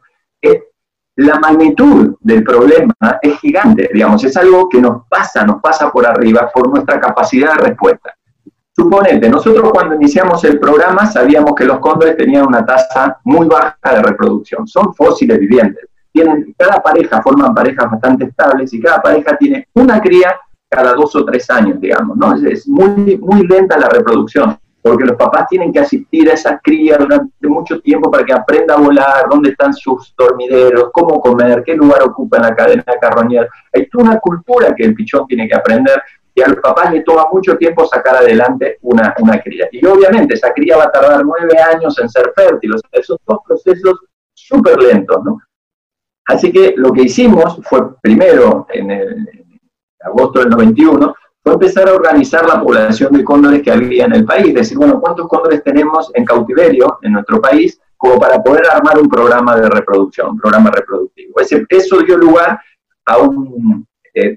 La magnitud del problema es gigante, digamos. Es algo que nos pasa por arriba por nuestra capacidad de respuesta. Suponete, nosotros cuando iniciamos el programa sabíamos que los cóndores tenían una tasa muy baja de reproducción. Son fósiles vivientes. Cada pareja forman parejas bastante estables y cada pareja tiene una cría cada 2 o 3 años, digamos, ¿no? Es muy, muy lenta la reproducción, porque los papás tienen que asistir a esas crías durante mucho tiempo para que aprenda a volar, dónde están sus dormideros, cómo comer, qué lugar ocupa en la cadena carroñera. Hay toda una cultura que el pichón tiene que aprender, y a los papás les toma mucho tiempo sacar adelante una cría. Y obviamente esa cría va a tardar 9 años en ser fértil. O sea, esos 2 procesos súper lentos, ¿no? Así que lo que hicimos fue, primero, en agosto del 91, fue empezar a organizar la población de cóndores que había en el país. Decir, bueno, ¿cuántos cóndores tenemos en cautiverio en nuestro país? Como para poder armar un programa de reproducción, un programa reproductivo. Eso dio lugar a un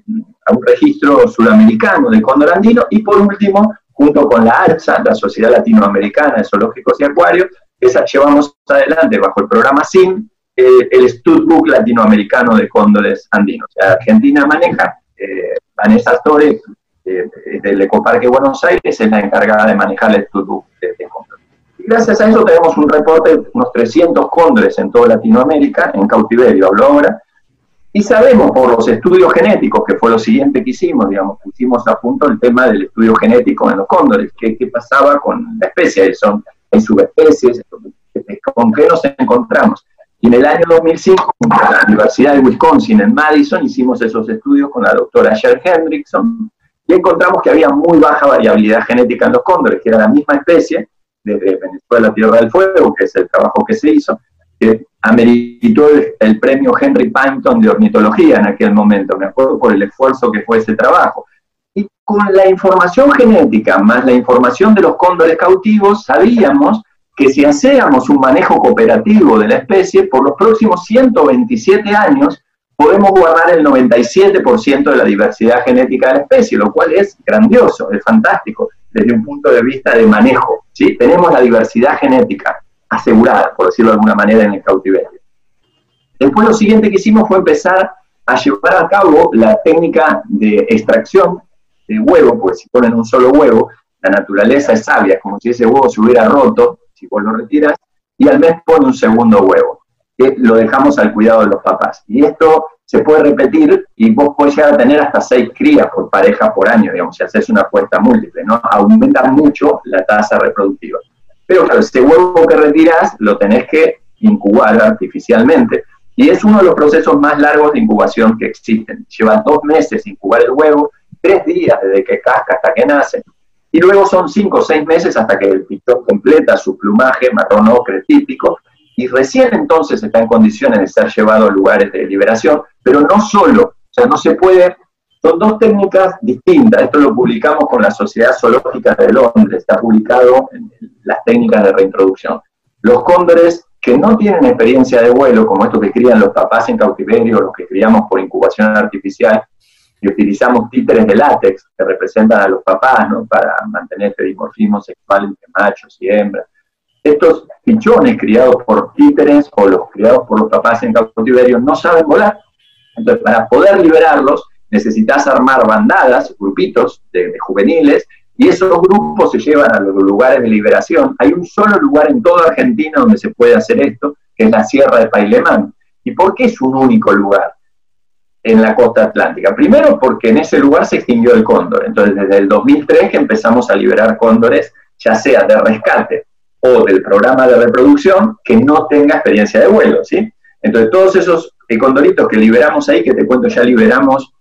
registro sudamericano de cóndor andino, y por último, junto con la ALSA, la Sociedad Latinoamericana de Zoológicos y Acuarios, llevamos adelante bajo el programa SIM el Studbook latinoamericano de cóndores andinos. O sea, Argentina maneja, Vanessa Torres, del Ecoparque Buenos Aires, es la encargada de manejar el Studbook de cóndores. Y gracias a eso tenemos un reporte de unos 300 cóndores en toda Latinoamérica, en cautiverio, hablo ahora. Y sabemos por los estudios genéticos, que fue lo siguiente que hicimos, digamos, pusimos a punto el tema del estudio genético en los cóndores, qué pasaba con la especie, hay subespecies, con qué nos encontramos. Y en el año 2005, junto a la Universidad de Wisconsin en Madison, hicimos esos estudios con la doctora Sher Hendrickson, y encontramos que había muy baja variabilidad genética en los cóndores, que era la misma especie, desde Venezuela Tierra del Fuego, que es el trabajo que se hizo, que ameritó el premio Henry Painton de ornitología en aquel momento, me acuerdo por el esfuerzo que fue ese trabajo. Y con la información genética, más la información de los cóndores cautivos, sabíamos que si hacíamos un manejo cooperativo de la especie, por los próximos 127 años, podemos guardar el 97% de la diversidad genética de la especie, lo cual es grandioso, es fantástico, desde un punto de vista de manejo, ¿sí? Tenemos la diversidad genética asegurada, por decirlo de alguna manera, en el cautiverio. Después lo siguiente que hicimos fue empezar a llevar a cabo la técnica de extracción de huevo, porque si ponen un solo huevo, la naturaleza es sabia, es como si ese huevo se hubiera roto, si vos lo retiras, y al mes pone un segundo huevo, que lo dejamos al cuidado de los papás. Y esto se puede repetir y vos podés llegar a tener hasta 6 crías por pareja por año, digamos, si haces una apuesta múltiple, ¿no? Aumenta mucho la tasa reproductiva. Pero claro, ese huevo que retirás lo tenés que incubar artificialmente. Y es uno de los procesos más largos de incubación que existen. Lleva 2 meses incubar el huevo, 3 días desde que casca hasta que nace. Y luego son 5 o 6 meses hasta que el pichón completa su plumaje marrón ocre típico. Y recién entonces está en condiciones de ser llevado a lugares de liberación. Pero no solo, o sea, no se puede. Son 2 técnicas distintas. Esto lo publicamos con la Sociedad Zoológica de Londres. Está publicado en las técnicas de reintroducción. Los cóndores que no tienen experiencia de vuelo, como estos que crían los papás en cautiverio, los que criamos por incubación artificial, y utilizamos títeres de látex que representan a los papás, ¿no? Para mantener este dimorfismo sexual entre machos y hembras. Estos pichones criados por títeres o los criados por los papás en cautiverio no saben volar. Entonces, para poder liberarlos, necesitas armar bandadas, grupitos de juveniles, y esos grupos se llevan a los lugares de liberación. Hay un solo lugar en toda Argentina donde se puede hacer esto, que es la Sierra de Pailemán. ¿Y por qué es un único lugar en la costa atlántica? Primero, porque en ese lugar se extinguió el cóndor. Entonces, desde el 2003 que empezamos a liberar cóndores, ya sea de rescate o del programa de reproducción, que no tenga experiencia de vuelo, ¿sí? Entonces, todos esos condoritos que liberamos ahí, que te cuento, ya liberamos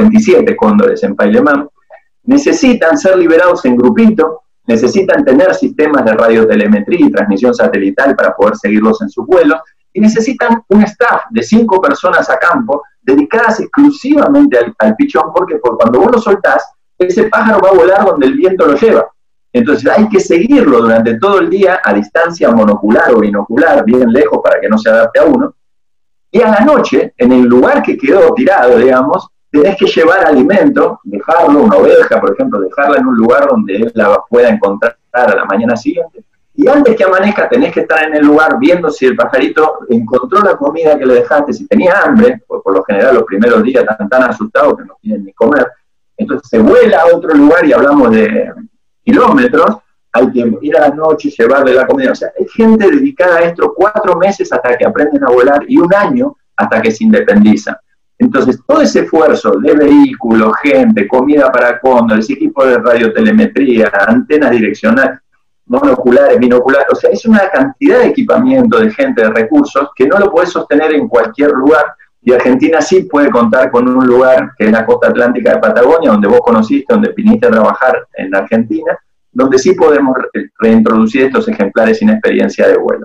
57 cóndores en Pailemán, necesitan ser liberados en grupito, necesitan tener sistemas de radiotelemetría y transmisión satelital para poder seguirlos en sus vuelos, y necesitan un staff de 5 personas a campo dedicadas exclusivamente al pichón, porque cuando vos lo soltás, ese pájaro va a volar donde el viento lo lleva. Entonces hay que seguirlo durante todo el día a distancia monocular o binocular, bien lejos para que no se adapte a uno, y a la noche, en el lugar que quedó tirado, digamos, tenés que llevar alimento, dejarlo, una oveja, por ejemplo, dejarla en un lugar donde él la pueda encontrar a la mañana siguiente. Y antes que amanezca tenés que estar en el lugar viendo si el pajarito encontró la comida que le dejaste, si tenía hambre, porque por lo general los primeros días están tan asustados que no quieren ni comer. Entonces se vuela a otro lugar y hablamos de kilómetros, hay que ir a la noche y llevarle la comida. O sea, hay gente dedicada a esto 4 meses hasta que aprenden a volar y 1 año hasta que se independizan. Entonces, todo ese esfuerzo de vehículos, gente, comida para cóndores, equipo de radiotelemetría, antenas direccionales, monoculares, binoculares, o sea, es una cantidad de equipamiento, de gente, de recursos, que no lo podés sostener en cualquier lugar, y Argentina sí puede contar con un lugar, que es la costa atlántica de Patagonia, donde vos conociste, donde viniste a trabajar en Argentina, donde sí podemos reintroducir estos ejemplares sin experiencia de vuelo.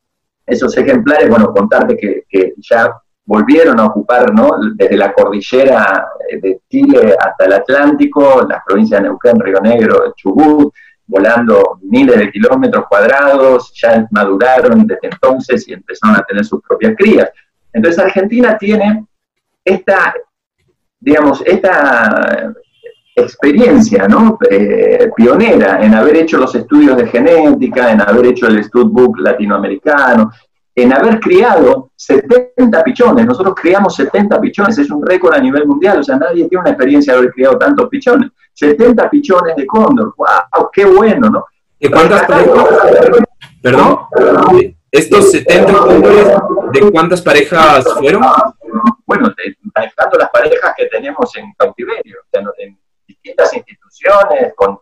Esos ejemplares, bueno, contarte que ya volvieron a ocupar, ¿no? Desde la cordillera de Chile hasta el Atlántico, las provincias de Neuquén, Río Negro, Chubut, volando miles de kilómetros cuadrados, ya maduraron desde entonces y empezaron a tener sus propias crías. Entonces Argentina tiene esta, digamos, esta experiencia, ¿no? Pionera en haber hecho los estudios de genética, en haber hecho el Studbook latinoamericano, en haber criado 70 pichones. Nosotros criamos 70 pichones, es un récord a nivel mundial, o sea, nadie tiene una experiencia de haber criado tantos pichones. 70 pichones de cóndor, ¡wow! ¡Qué bueno!, ¿no? ¿De cuántas parejas? Perdón. ¿Estos 70 cóndores, de cuántas parejas fueron? Bueno, manejando las parejas que tenemos en cautiverio, o sea, en distintas instituciones, con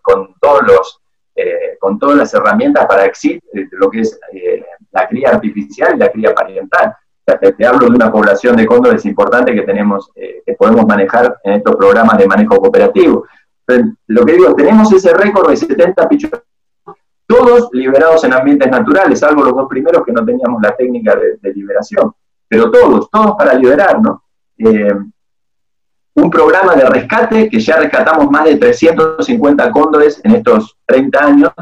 todas las herramientas para lo que es la cría artificial y la cría parental. O sea, te hablo de una población de cóndores importante que tenemos, que podemos manejar en estos programas de manejo cooperativo. Entonces, lo que digo, tenemos ese récord de 70 pichones, todos liberados en ambientes naturales, salvo los dos primeros que no teníamos la técnica de liberación, pero todos para liberar, ¿no? Un programa de rescate que ya rescatamos más de 350 cóndores en estos 30 años,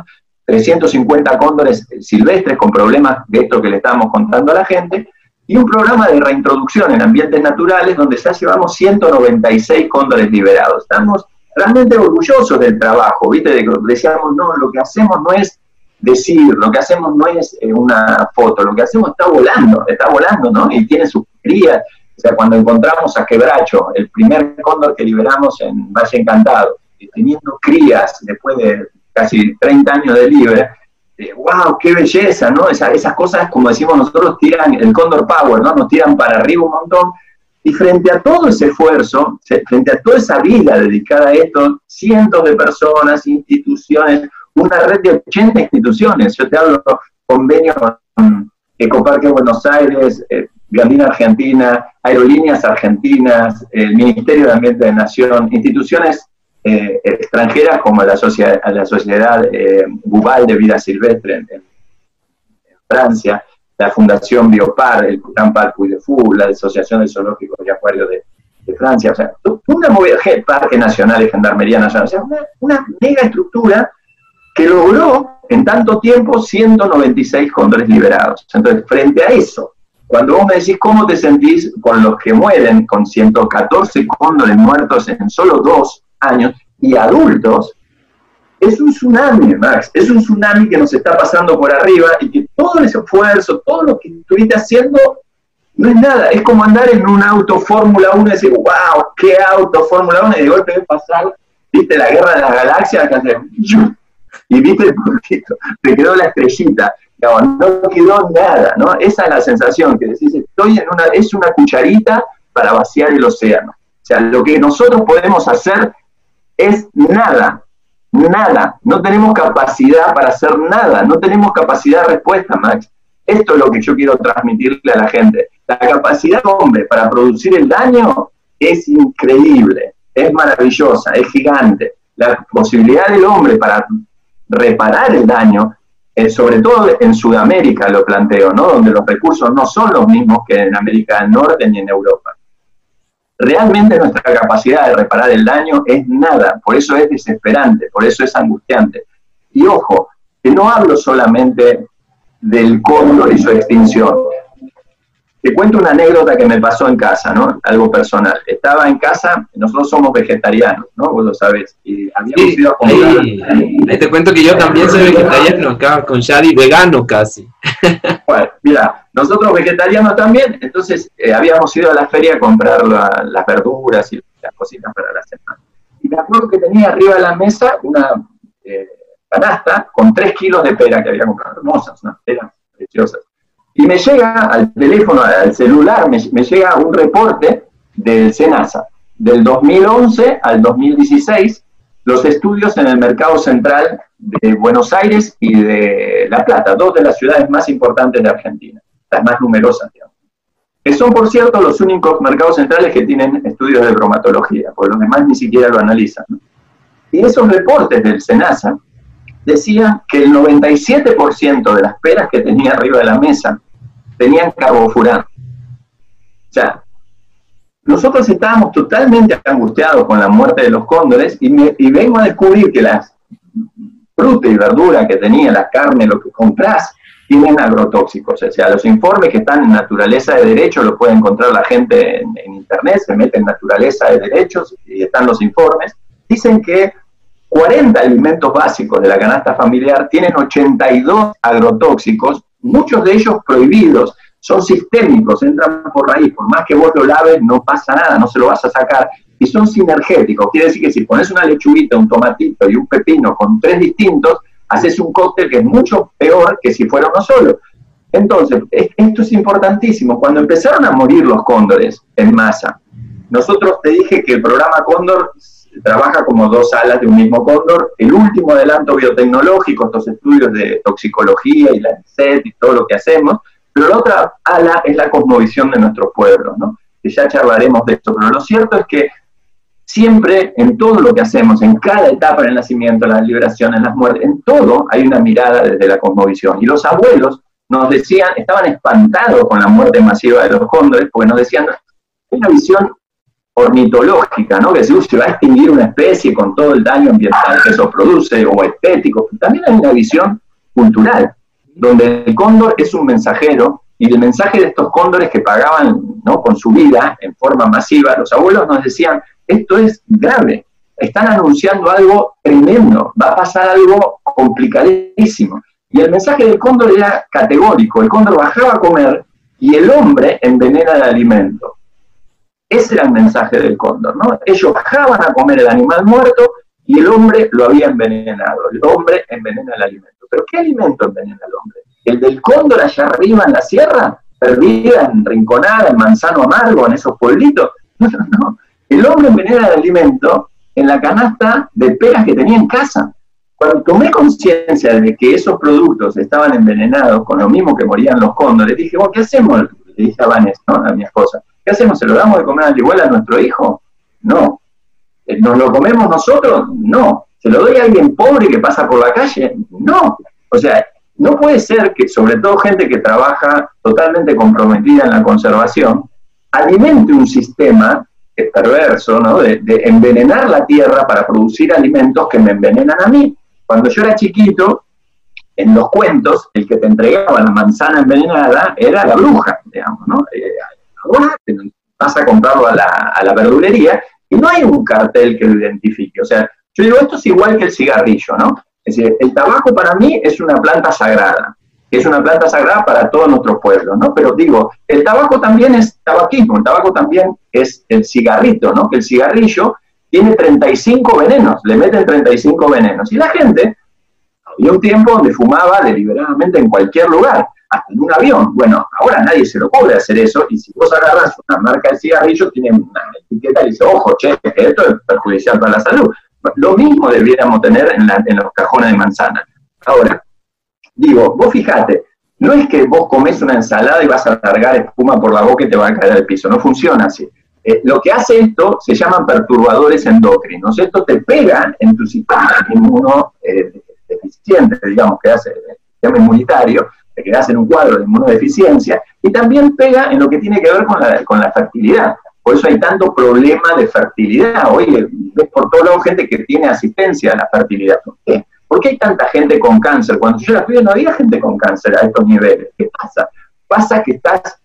350 cóndores silvestres con problemas de esto que le estamos contando a la gente, y un programa de reintroducción en ambientes naturales donde ya llevamos 196 cóndores liberados. Estamos realmente orgullosos del trabajo, ¿viste? Decíamos, no, lo que hacemos no es decir, lo que hacemos no es una foto, lo que hacemos está volando, ¿no? Y tiene sus crías. O sea, cuando encontramos a Quebracho, el primer cóndor que liberamos en Valle Encantado, teniendo crías después de casi 30 años de libre, ¡wow! ¡Qué belleza!, ¿no? Esas cosas, como decimos nosotros, tiran el Cóndor Power, ¿no? Nos tiran para arriba un montón. Y frente a todo ese esfuerzo, frente a toda esa vida dedicada a esto, cientos de personas, instituciones, una red de 80 instituciones. Yo te hablo de convenios con Ecoparque Buenos Aires, Biondina Argentina, Aerolíneas Argentinas, el Ministerio de Ambiente de Nación, instituciones extranjeras como la Sociedad Bubal de Vida Silvestre en Francia, la Fundación Biopar, el Gran Parc Puy de Fou, la Asociación de Zoológicos y Acuarios de Francia, o sea, una movida, Parque Nacional y Gendarmería Nacional, o sea, una mega estructura que logró en tanto tiempo 196 cóndores liberados. Entonces, frente a eso, cuando vos me decís cómo te sentís con los que mueren, con 114 cóndores muertos en solo 2 años, y adultos, es un tsunami, Max, es un tsunami que nos está pasando por arriba, y que todo ese esfuerzo, todo lo que estuviste haciendo, no es nada. Es como andar en un auto Fórmula 1 y decir, wow, qué auto Fórmula 1, y de golpe ves pasar, viste, la Guerra de las Galaxias, que hace, y viste el poquito, te quedó la estrellita, no quedó nada, ¿no? Esa es la sensación, que decís, es una cucharita para vaciar el océano. O sea, lo que nosotros podemos hacer es nada, no tenemos capacidad para hacer nada, no tenemos capacidad de respuesta, Max. Esto es lo que yo quiero transmitirle a la gente. La capacidad del hombre para producir el daño es increíble, es maravillosa, es gigante. La posibilidad del hombre para reparar el daño, sobre todo en Sudamérica lo planteo, ¿no? Donde los recursos no son los mismos que en América del Norte ni en Europa. Realmente nuestra capacidad de reparar el daño es nada, por eso es desesperante, por eso es angustiante. Y ojo, que no hablo solamente del cóndor y su extinción. Te cuento una anécdota que me pasó en casa, ¿no? Algo personal. Estaba en casa, nosotros somos vegetarianos, ¿no? Vos lo sabés. Y habíamos ido a comprar. Ahí te cuento que yo también soy vegetariano, acá con Shadi, vegano casi. Bueno, mira, nosotros vegetarianos también, entonces habíamos ido a la feria a comprar las verduras y las cositas para la semana. Y me acuerdo que tenía arriba de la mesa una canasta con 3 kilos de pera que había comprado, hermosas, unas peras preciosas. Y me llega al teléfono, al celular, me llega un reporte del SENASA, del 2011 al 2016, los estudios en el mercado central de Buenos Aires y de La Plata, 2 de las ciudades más importantes de Argentina, las más numerosas, digamos. Que son, por cierto, los únicos mercados centrales que tienen estudios de bromatología, porque los demás ni siquiera lo analizan, ¿no? Y esos reportes del SENASA decían que el 97% de las peras que tenía arriba de la mesa tenían carbofurano. O sea, nosotros estábamos totalmente angustiados con la muerte de los cóndores y vengo a descubrir que las frutas y verduras que tenía, la carne, lo que comprás, tienen agrotóxicos. O sea, los informes que están en Naturaleza de Derecho, lo puede encontrar la gente en internet, se mete en Naturaleza de Derechos y están los informes, dicen que 40 alimentos básicos de la canasta familiar tienen 82 agrotóxicos, muchos de ellos prohibidos, son sistémicos, entran por raíz, por más que vos lo laves no pasa nada, no se lo vas a sacar, y son sinergéticos, quiere decir que si pones una lechuguita, un tomatito y un pepino con 3 distintos, haces un cóctel que es mucho peor que si fuera uno solo. Entonces, esto es importantísimo. Cuando empezaron a morir los cóndores en masa, nosotros te dije que el programa Cóndor trabaja como 2 alas de un mismo cóndor. El último adelanto biotecnológico, estos estudios de toxicología y la ENSET y todo lo que hacemos, pero la otra ala es la cosmovisión de nuestros pueblos, ¿no? Que ya charlaremos de esto, pero lo cierto es que siempre en todo lo que hacemos, en cada etapa del nacimiento, la liberación, en las muertes, en todo hay una mirada desde la cosmovisión. Y los abuelos nos decían, estaban espantados con la muerte masiva de los cóndores, porque nos decían, hay una visión ornitológica, ¿no? Que se va a extinguir una especie con todo el daño ambiental que eso produce, o estético. También hay una visión cultural, donde el cóndor es un mensajero, y el mensaje de estos cóndores que pagaban, ¿no?, con su vida en forma masiva, los abuelos nos decían, esto es grave, están anunciando algo tremendo, va a pasar algo complicadísimo. Y el mensaje del cóndor era categórico, el cóndor bajaba a comer y el hombre envenena el alimento. Ese era el mensaje del cóndor, ¿no? Ellos bajaban a comer el animal muerto y el hombre lo había envenenado. El hombre envenena el alimento. ¿Pero qué alimento envenena el hombre? ¿El del cóndor allá arriba en la sierra? ¿Perdida, enrinconada, en Manzano Amargo, en esos pueblitos? No, no, no. El hombre envenena el alimento en la canasta de peras que tenía en casa. Cuando tomé conciencia de que esos productos estaban envenenados, con lo mismo que morían los cóndores, dije, bueno, ¿qué hacemos? Le dije a Vanessa, ¿no?, a mi esposa, ¿qué hacemos? ¿Se lo damos de comer al igual a nuestro hijo? No. ¿Nos lo comemos nosotros? No. ¿Se lo doy a alguien pobre que pasa por la calle? No. O sea, no puede ser que, sobre todo gente que trabaja totalmente comprometida en la conservación, alimente un sistema perverso, ¿no?, de envenenar la tierra para producir alimentos que me envenenan a mí. Cuando yo era chiquito, en los cuentos, el que te entregaba la manzana envenenada era la bruja, digamos, ¿no? Vas a comprarlo a la verdulería y no hay un cartel que lo identifique. O sea, yo digo, esto es igual que el cigarrillo, ¿no? Es decir, el tabaco para mí es una planta sagrada, es una planta sagrada para todos nuestros pueblos, ¿no? Pero digo, el tabaco también es tabaquismo, el tabaco también es el cigarrito, ¿no? Que el cigarrillo tiene 35 venenos, le meten 35 venenos. Y la gente, había un tiempo donde fumaba deliberadamente en cualquier lugar, hasta en un avión. Bueno, ahora nadie se le ocurre hacer eso, y si vos agarras una marca de cigarrillo, tiene una etiqueta y dice, ojo, che, esto es perjudicial para la salud. Lo mismo debiéramos tener en los cajones de manzana. Ahora, digo, vos fijate, no es que vos comés una ensalada y vas a largar espuma por la boca y te va a caer al piso, no funciona así. Lo que hace esto se llaman perturbadores endocrinos. Esto te pega en tu sistema inmuno deficiente, digamos, que hace el sistema inmunitario, te quedás en un cuadro de inmunodeficiencia, y también pega en lo que tiene que ver con la fertilidad. Por eso hay tanto problema de fertilidad. Hoy ves por todos lados gente que tiene asistencia a la fertilidad. ¿Por qué? ¿Por qué hay tanta gente con cáncer? Cuando yo era pibe no había gente con cáncer a estos niveles. ¿Qué pasa? Pasa que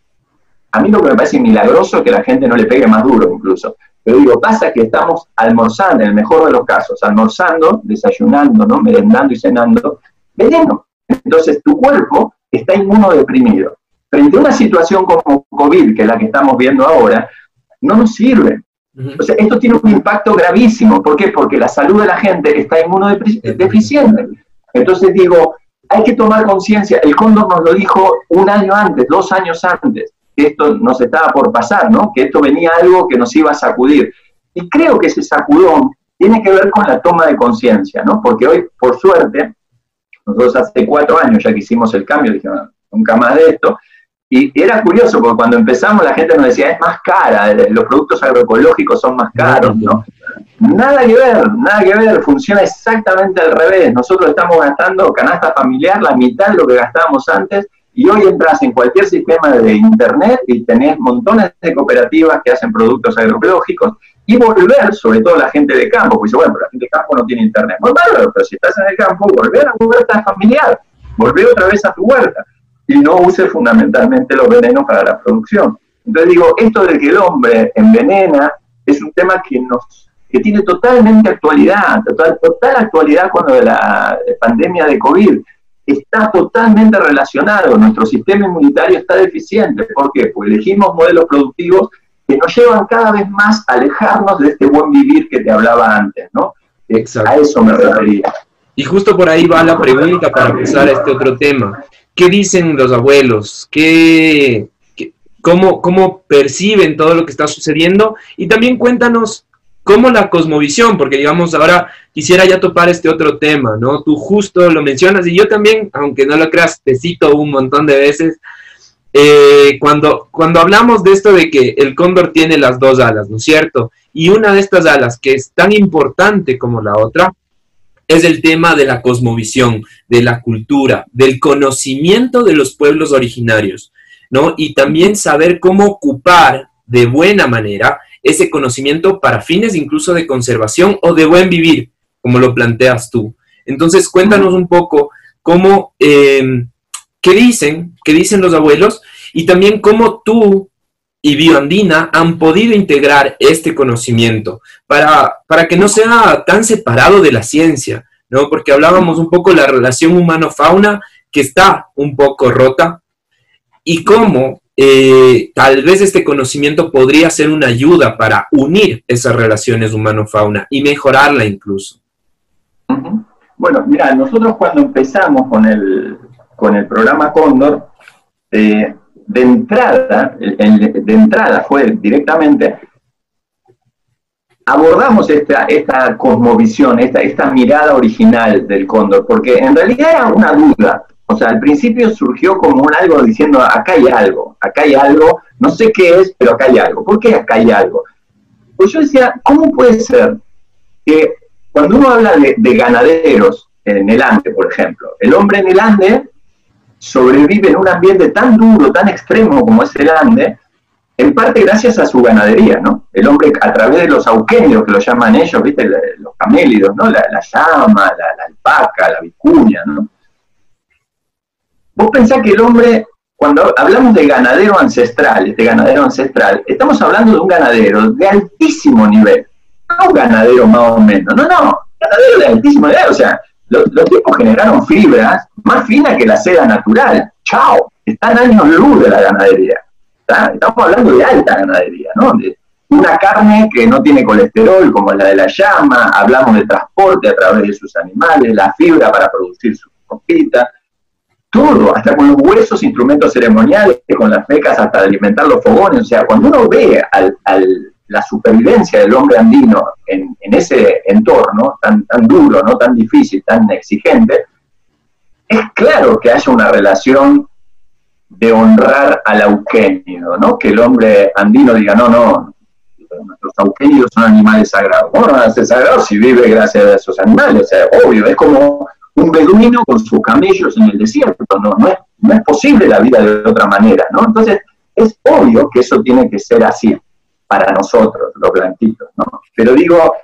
a mí lo que me parece milagroso es que la gente no le pegue más duro incluso. Pero digo, pasa que estamos almorzando, en el mejor de los casos, almorzando, desayunando, ¿no?, merendando y cenando, veneno. Entonces tu cuerpo está inmunodeprimido. Frente a una situación como COVID, que es la que estamos viendo ahora, no nos sirve. O sea, esto tiene un impacto gravísimo. ¿Por qué? Porque la salud de la gente está inmunodeficiente. Entonces digo, hay que tomar conciencia. El cóndor nos lo dijo 1 año antes, 2 años antes, que esto nos estaba por pasar, ¿no? Que esto venía algo que nos iba a sacudir. Y creo que ese sacudón tiene que ver con la toma de conciencia, ¿no? Porque hoy, por suerte, nosotros hace 4 años ya que hicimos el cambio, dijimos, nunca más de esto. Y era curioso, porque cuando empezamos la gente nos decía, es más cara, los productos agroecológicos son más caros, ¿no? Nada que ver, funciona exactamente al revés. Nosotros estamos gastando canasta familiar la mitad de lo que gastábamos antes, y hoy entras en cualquier sistema de internet y tenés montones de cooperativas que hacen productos agroecológicos, y volver, sobre todo la gente de campo, porque dice, bueno, pero la gente de campo no tiene internet. Bueno, pero si estás en el campo, volver a tu huerta familiar, volver otra vez a tu huerta, y no use fundamentalmente los venenos para la producción. Entonces digo, esto de que el hombre envenena es un tema que tiene totalmente actualidad, total actualidad con lo de la pandemia de COVID. Está totalmente relacionado, nuestro sistema inmunitario está deficiente. ¿Por qué? Porque elegimos modelos productivos que nos llevan cada vez más a alejarnos de este buen vivir que te hablaba antes, ¿no? Exacto. A eso me refería. Y justo por ahí va la pregunta para empezar este otro tema. ¿Qué dicen los abuelos? ¿Cómo perciben todo lo que está sucediendo? Y también cuéntanos cómo la cosmovisión, porque digamos ahora quisiera ya topar este otro tema, ¿no? Tú justo lo mencionas y yo también, aunque no lo creas, te cito un montón de veces. Cuando hablamos de esto de que el cóndor tiene las 2 alas, ¿no es cierto? Y una de estas alas, que es tan importante como la otra, es el tema de la cosmovisión, de la cultura, del conocimiento de los pueblos originarios, ¿no? Y también saber cómo ocupar de buena manera ese conocimiento para fines incluso de conservación o de buen vivir, como lo planteas tú. Entonces, cuéntanos un poco cómo, qué dicen los abuelos, y también cómo tú y Bioandina han podido integrar este conocimiento para que no sea tan separado de la ciencia, ¿no? Porque hablábamos un poco de la relación humano-fauna, que está un poco rota, y cómo tal vez este conocimiento podría ser una ayuda para unir esas relaciones humano-fauna y mejorarla incluso. Bueno, mira, nosotros cuando empezamos con el programa Cóndor, de entrada fue directamente, abordamos esta cosmovisión, esta mirada original del cóndor, porque en realidad era una duda. O sea, al principio surgió como algo diciendo, acá hay algo, no sé qué es, pero acá hay algo. ¿Por qué acá hay algo? Pues yo decía, ¿cómo puede ser que cuando uno habla de ganaderos en el Ande, por ejemplo, el hombre en el Ande sobrevive en un ambiente tan duro, tan extremo como es el Ande, en parte gracias a su ganadería, ¿no? El hombre, a través de los auquenios, que lo llaman ellos, ¿viste? Los camélidos, ¿no? La llama, la alpaca, la vicuña, ¿no? Vos pensás que el hombre, cuando hablamos de ganadero ancestral, estamos hablando de un ganadero de altísimo nivel, no un ganadero más o menos, no, ganadero de altísimo nivel, o sea, los tipos generaron fibras más finas que la seda natural. ¡Chao! Están años luz de la ganadería. Estamos hablando de alta ganadería, ¿no? De una carne que no tiene colesterol, como la de la llama. Hablamos de transporte a través de sus animales, la fibra para producir su ropita. Todo, hasta con los huesos, instrumentos ceremoniales, con las fecas hasta alimentar los fogones. O sea, cuando uno ve la supervivencia del hombre andino en ese entorno tan duro, ¿no? Tan difícil, tan exigente, es claro que haya una relación de honrar al auquénido, ¿no? Que el hombre andino diga, no, nuestros auquénidos son animales sagrados. ¿Cómo no van a ser sagrados si vive gracias a esos animales? O sea, obvio, es como un beduino con sus camellos en el desierto, no es posible la vida de otra manera, ¿no? Entonces, es obvio que eso tiene que ser así para nosotros, los blanquitos, ¿no? Pero digo,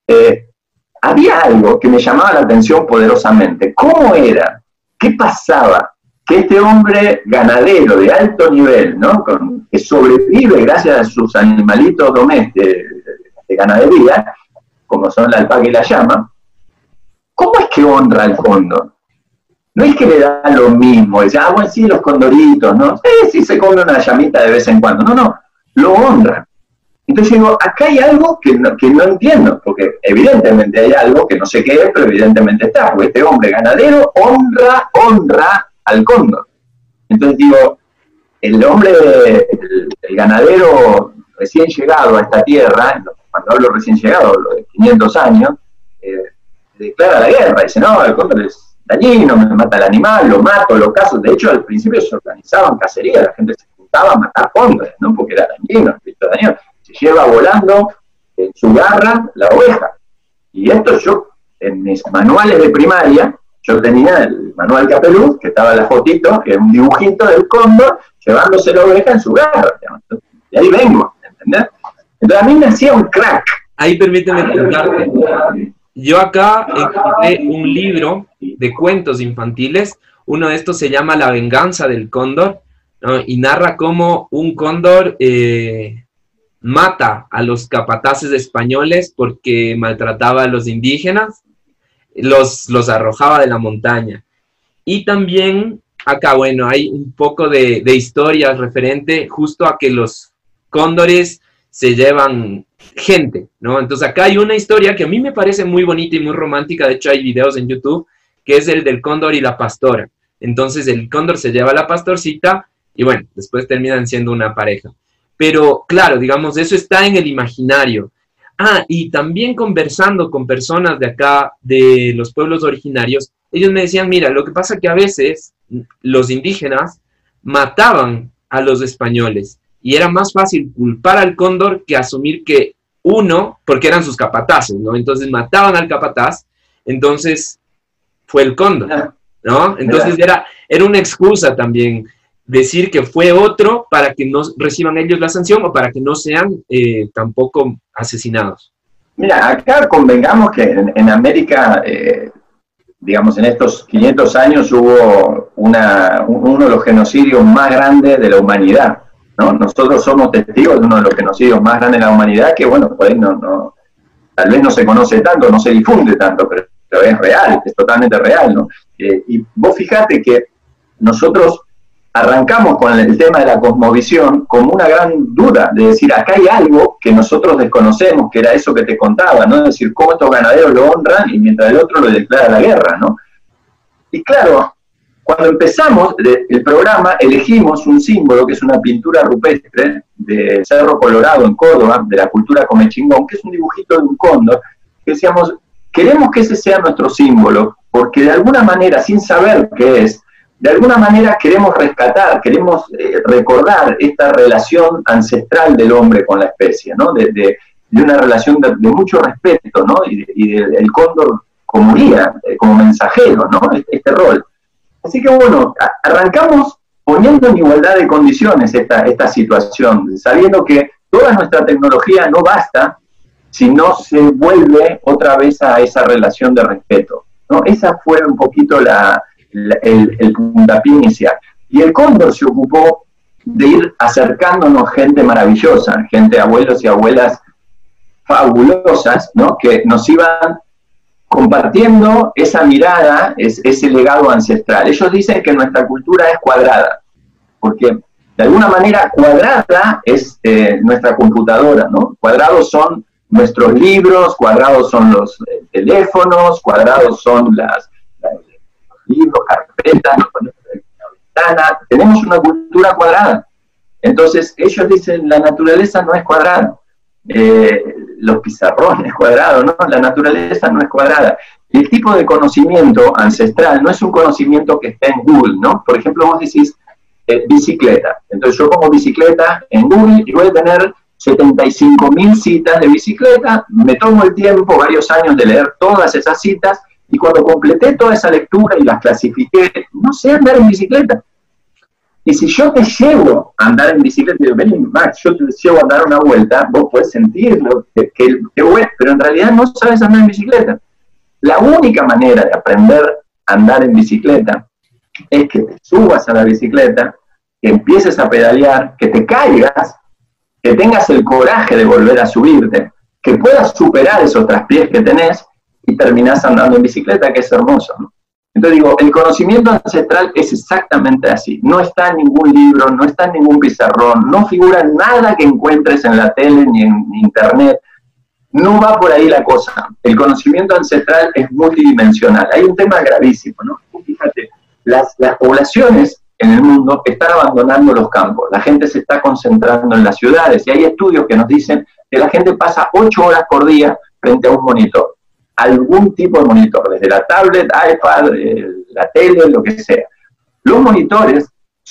había algo que me llamaba la atención poderosamente. ¿Cómo era? ¿Qué pasaba? Que este hombre ganadero de alto nivel, ¿no? Que sobrevive gracias a sus animalitos domésticos de ganadería, como son la alpaca y la llama, ¿cómo es que honra al cóndor? No es que le da lo mismo, dice, bueno, sí, los condoritos, ¿no? Sí, se come una llamita de vez en cuando. No, lo honra. Entonces digo, acá hay algo que no entiendo, porque evidentemente hay algo que no sé qué es, pero evidentemente está, porque este hombre ganadero honra al cóndor. Entonces digo, el hombre, el ganadero recién llegado a esta tierra, cuando hablo recién llegado, hablo de 500 años, declara la guerra, dice, no, el cóndor es dañino, me mata el animal, lo mato, lo cazo. De hecho, al principio se organizaban cacerías, la gente se juntaba a matar cóndores, ¿no? Porque era dañino, se lleva volando en su garra la oveja. Y esto yo, en mis manuales de primaria, yo tenía el manual Capeluz, que estaba la fotito, que era un dibujito del cóndor, llevándose la oveja en su garra. Y ahí vengo, ¿entendés? Entonces a mí me hacía un crack. Ahí permíteme contarte. Yo acá encontré un libro de cuentos infantiles. Uno de estos se llama La venganza del cóndor, ¿no? Y narra cómo un cóndor mata a los capataces españoles porque maltrataba a los indígenas, los arrojaba de la montaña. Y también acá, bueno, hay un poco de historia referente justo a que los cóndores se llevan gente, ¿no? Entonces acá hay una historia que a mí me parece muy bonita y muy romántica. De hecho hay videos en YouTube, que es el del cóndor y la pastora. Entonces el cóndor se lleva a la pastorcita y bueno, después terminan siendo una pareja. Pero claro, digamos, eso está en el imaginario. Y también conversando con personas de acá, de los pueblos originarios, ellos me decían, mira, lo que pasa es que a veces los indígenas mataban a los españoles y era más fácil culpar al cóndor que asumir que uno, porque eran sus capataces, ¿no? Entonces mataban al capataz, entonces fue el cóndor, ¿no? Entonces era una excusa también decir que fue otro para que no reciban ellos la sanción o para que no sean tampoco asesinados. Mira, acá convengamos que en América, digamos, en estos 500 años hubo uno de los genocidios más grandes de la humanidad, ¿no? Nosotros somos testigos de uno de los genocidios más grandes de la humanidad que, bueno, por ahí tal vez no se conoce tanto, no se difunde tanto, pero es real, es totalmente real, ¿no? Y vos fijate que nosotros arrancamos con el tema de la cosmovisión como una gran duda, de decir, acá hay algo que nosotros desconocemos, que era eso que te contaba, ¿no? Es decir, cómo estos ganaderos lo honran y mientras el otro le declara la guerra, ¿no? Y claro, cuando empezamos el programa, elegimos un símbolo que es una pintura rupestre de Cerro Colorado en Córdoba, de la cultura comechingón, que es un dibujito de un cóndor, que decíamos, queremos que ese sea nuestro símbolo, porque de alguna manera, sin saber qué es, de alguna manera queremos rescatar, queremos recordar esta relación ancestral del hombre con la especie, ¿no? De una relación de mucho respeto, ¿no? Y del cóndor como guía, como mensajero, ¿no? Este rol. Así que bueno, arrancamos poniendo en igualdad de condiciones esta situación, sabiendo que toda nuestra tecnología no basta si no se vuelve otra vez a esa relación de respeto, ¿no? Esa fue un poquito el puntapié inicial. Y el cóndor se ocupó de ir acercándonos gente maravillosa, gente, abuelos y abuelas fabulosas, ¿no? Que nos iban compartiendo esa mirada, ese legado ancestral. Ellos dicen que nuestra cultura es cuadrada, porque de alguna manera cuadrada es nuestra computadora, ¿no? Cuadrados son nuestros libros, cuadrados son los teléfonos, cuadrados son los libros, carpetas, la ventana. Tenemos una cultura cuadrada. Entonces ellos dicen, la naturaleza no es cuadrada. Los pizarrones cuadrados, ¿no? La naturaleza no es cuadrada. Y el tipo de conocimiento ancestral no es un conocimiento que está en Google, ¿no? Por ejemplo, vos decís bicicleta. Entonces yo pongo bicicleta en Google y voy a tener 75.000 citas de bicicleta, me tomo el tiempo, varios años de leer todas esas citas, y cuando completé toda esa lectura y las clasifiqué, no sé andar en bicicleta. Y si yo te llevo a andar en bicicleta, y digo, vení, Max, yo te llevo a dar una vuelta, vos podés sentirlo, pero en realidad no sabes andar en bicicleta. La única manera de aprender a andar en bicicleta es que te subas a la bicicleta, que empieces a pedalear, que te caigas, que tengas el coraje de volver a subirte, que puedas superar esos traspiés que tenés y terminás andando en bicicleta, que es hermoso, ¿no? Entonces digo, el conocimiento ancestral es exactamente así. No está en ningún libro, no está en ningún pizarrón, no figura en nada que encuentres en la tele ni en internet. No va por ahí la cosa. El conocimiento ancestral es multidimensional. Hay un tema gravísimo, ¿no? Fíjate, las poblaciones en el mundo están abandonando los campos. La gente se está concentrando en las ciudades y hay estudios que nos dicen que la gente pasa 8 horas por día frente a un monitor. Algún tipo de monitor, desde la tablet, iPad, la tele, lo que sea. Los monitores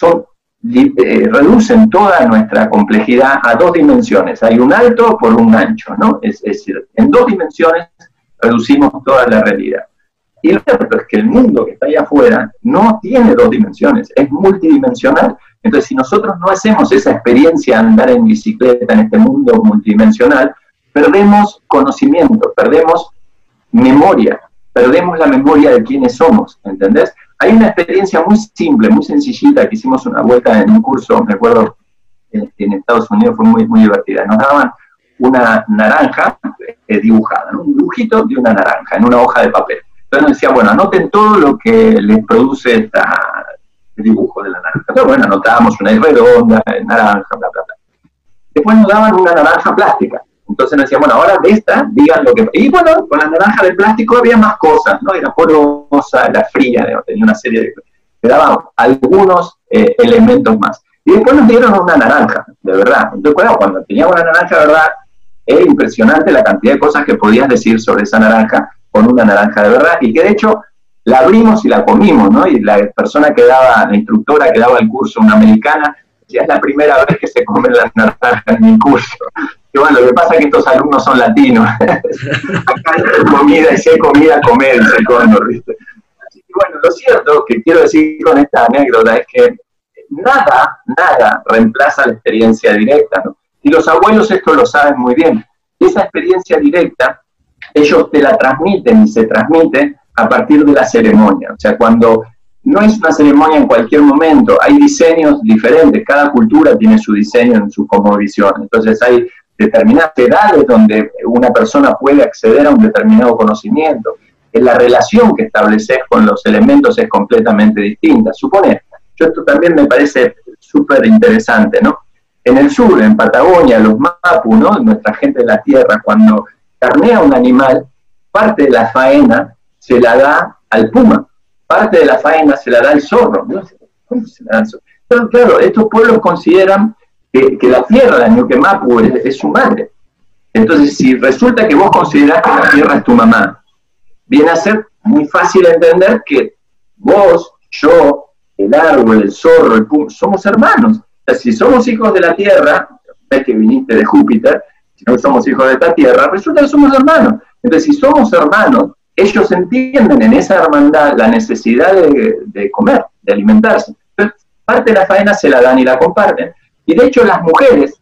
reducen toda nuestra complejidad a 2 dimensiones. Hay un alto por un ancho, ¿no? Es decir, en 2 dimensiones reducimos toda la realidad. Y lo cierto es que el mundo que está allá afuera no tiene 2 dimensiones, es multidimensional. Entonces, si nosotros no hacemos esa experiencia de andar en bicicleta en este mundo multidimensional, perdemos conocimiento, perdemos memoria, perdemos la memoria de quiénes somos, ¿entendés? Hay una experiencia muy simple, muy sencillita, que hicimos una vuelta en un curso, me acuerdo, en Estados Unidos, fue muy, muy divertida. Nos daban una naranja dibujada, ¿no? Un dibujito de una naranja en una hoja de papel. Entonces nos decía, bueno, anoten todo lo que les produce el dibujo de la naranja. Entonces, bueno, anotábamos una redonda, naranja, bla, bla, bla. Después nos daban una naranja plástica. Entonces nos decían, bueno, ahora de esta, digan lo que... Y bueno, con la naranja de plástico había más cosas, ¿no? Era porosa, era fría, tenía una serie de... Me daban algunos elementos más. Y después nos dieron una naranja, de verdad. Entonces, bueno, cuando teníamos una naranja, de verdad, era impresionante la cantidad de cosas que podías decir sobre esa naranja con una naranja de verdad, y que de hecho la abrimos y la comimos, ¿no? Y la persona que daba, la instructora que daba el curso, una americana, decía, es la primera vez que se come la naranja en mi curso. que bueno, lo que pasa es que estos alumnos son latinos. Acá hay comida, y si hay comida, comer, dice el cóndor, ¿viste? Así que bueno, lo cierto que quiero decir con esta anécdota es que nada reemplaza la experiencia directa, ¿no? Y los abuelos esto lo saben muy bien. Esa experiencia directa, ellos te la transmiten y se transmite a partir de la ceremonia. O sea, cuando no es una ceremonia en cualquier momento, hay diseños diferentes, cada cultura tiene su diseño en su cosmovisión. Entonces hay determinadas edades donde una persona puede acceder a un determinado conocimiento. La relación que estableces con los elementos es completamente distinta. Supone, esto también me parece súper interesante, ¿no? En el sur, en Patagonia, los Mapu, ¿no? Nuestra gente de la tierra, cuando carnea un animal, parte de la faena se la da al puma, parte de la faena se la da al zorro. ¿No? ¿Cómo se la da al zorro? Pero, claro, estos pueblos consideran que la tierra, la Ñuque Mapu, es su madre. Entonces, si resulta que vos considerás que la tierra es tu mamá, viene a ser muy fácil entender que vos, yo, el árbol, el zorro, el puma, somos hermanos. O sea, si somos hijos de la tierra, ves que viniste de Júpiter, si no somos hijos de esta tierra, resulta que somos hermanos. Entonces, si somos hermanos, ellos entienden en esa hermandad la necesidad de comer, de alimentarse. Entonces, parte de la faena se la dan y la comparten. Y de hecho, las mujeres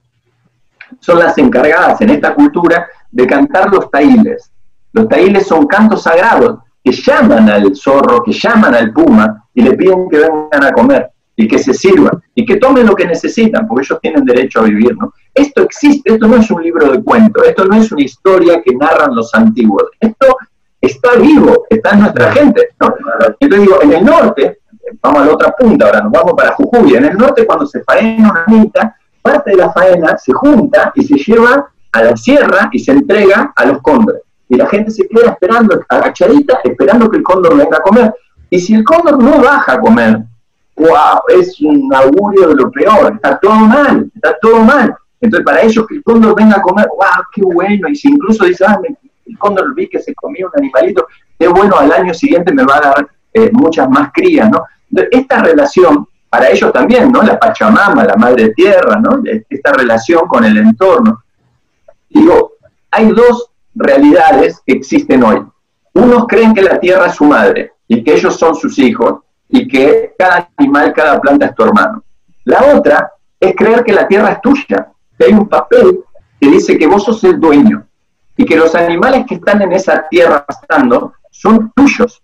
son las encargadas en esta cultura de cantar los taíles. Los taíles son cantos sagrados que llaman al zorro, que llaman al puma y le piden que vengan a comer y que se sirvan y que tomen lo que necesitan, porque ellos tienen derecho a vivir, ¿no? Esto existe, esto no es un libro de cuentos, esto no es una historia que narran los antiguos, esto está vivo, está en nuestra gente, ¿no? Yo te digo, en el norte, vamos a la otra punta, ahora nos vamos para Jujuy, en el norte cuando se faena una anita, parte de la faena se junta y se lleva a la sierra y se entrega a los cóndores. Y la gente se queda esperando, agachadita, esperando que el cóndor venga a comer. Y si el cóndor no baja a comer, ¡wow! Es un augurio de lo peor, está todo mal, está todo mal. Entonces para ellos que el cóndor venga a comer, ¡wow! ¡Qué bueno! Y si incluso dice, el cóndor vi que se comía un animalito, qué bueno, al año siguiente me va a dar muchas más crías, ¿no? Entonces, esta relación, para ellos también, ¿no? La Pachamama, la Madre Tierra, ¿no? Esta relación con el entorno. Digo, hay dos realidades que existen hoy. Unos creen que la tierra es su madre y que ellos son sus hijos y que cada animal, cada planta es tu hermano. La otra es creer que la tierra es tuya, que hay un papel que dice que vos sos el dueño y que los animales que están en esa tierra pastando son tuyos,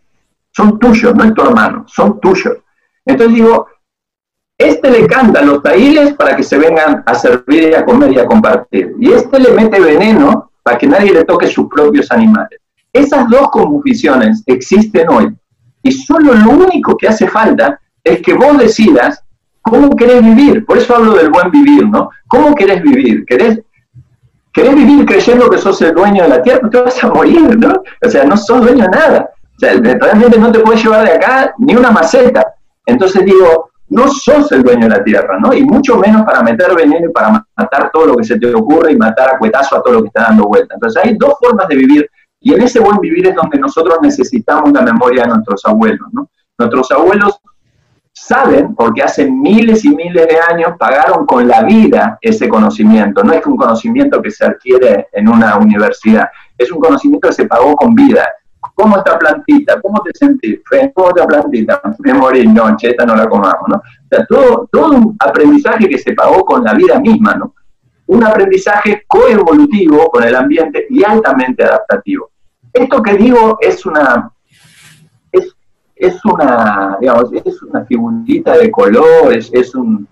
no es tu hermano, son tuyos. Entonces digo, le canta a los taíles para que se vengan a servir y a comer y a compartir, y le mete veneno para que nadie le toque sus propios animales. Esas dos cosmovisiones existen hoy, y solo lo único que hace falta es que vos decidas cómo querés vivir. Por eso hablo del buen vivir, ¿no? ¿Cómo querés vivir? ¿Querés vivir creyendo que sos el dueño de la tierra? Te vas a morir, ¿no? O sea, no sos dueño de nada. O sea, realmente no te puedes llevar de acá ni una maceta. Entonces digo, no sos el dueño de la tierra, ¿no? Y mucho menos para meter veneno y para matar todo lo que se te ocurre y matar a cuetazo a todo lo que está dando vuelta. Entonces hay dos formas de vivir, y en ese buen vivir es donde nosotros necesitamos la memoria de nuestros abuelos, ¿no? Nuestros abuelos saben, porque hace miles y miles de años pagaron con la vida ese conocimiento. No es un conocimiento que se adquiere en una universidad, es un conocimiento que se pagó con vida. ¿Cómo esta plantita? ¿Cómo te sentís? ¿Cómo esta plantita? Me morí, no, esta no la comamos, ¿no? O sea, todo un aprendizaje que se pagó con la vida misma, ¿no? Un aprendizaje coevolutivo con el ambiente y altamente adaptativo. Esto que digo es una figurita de colores, es un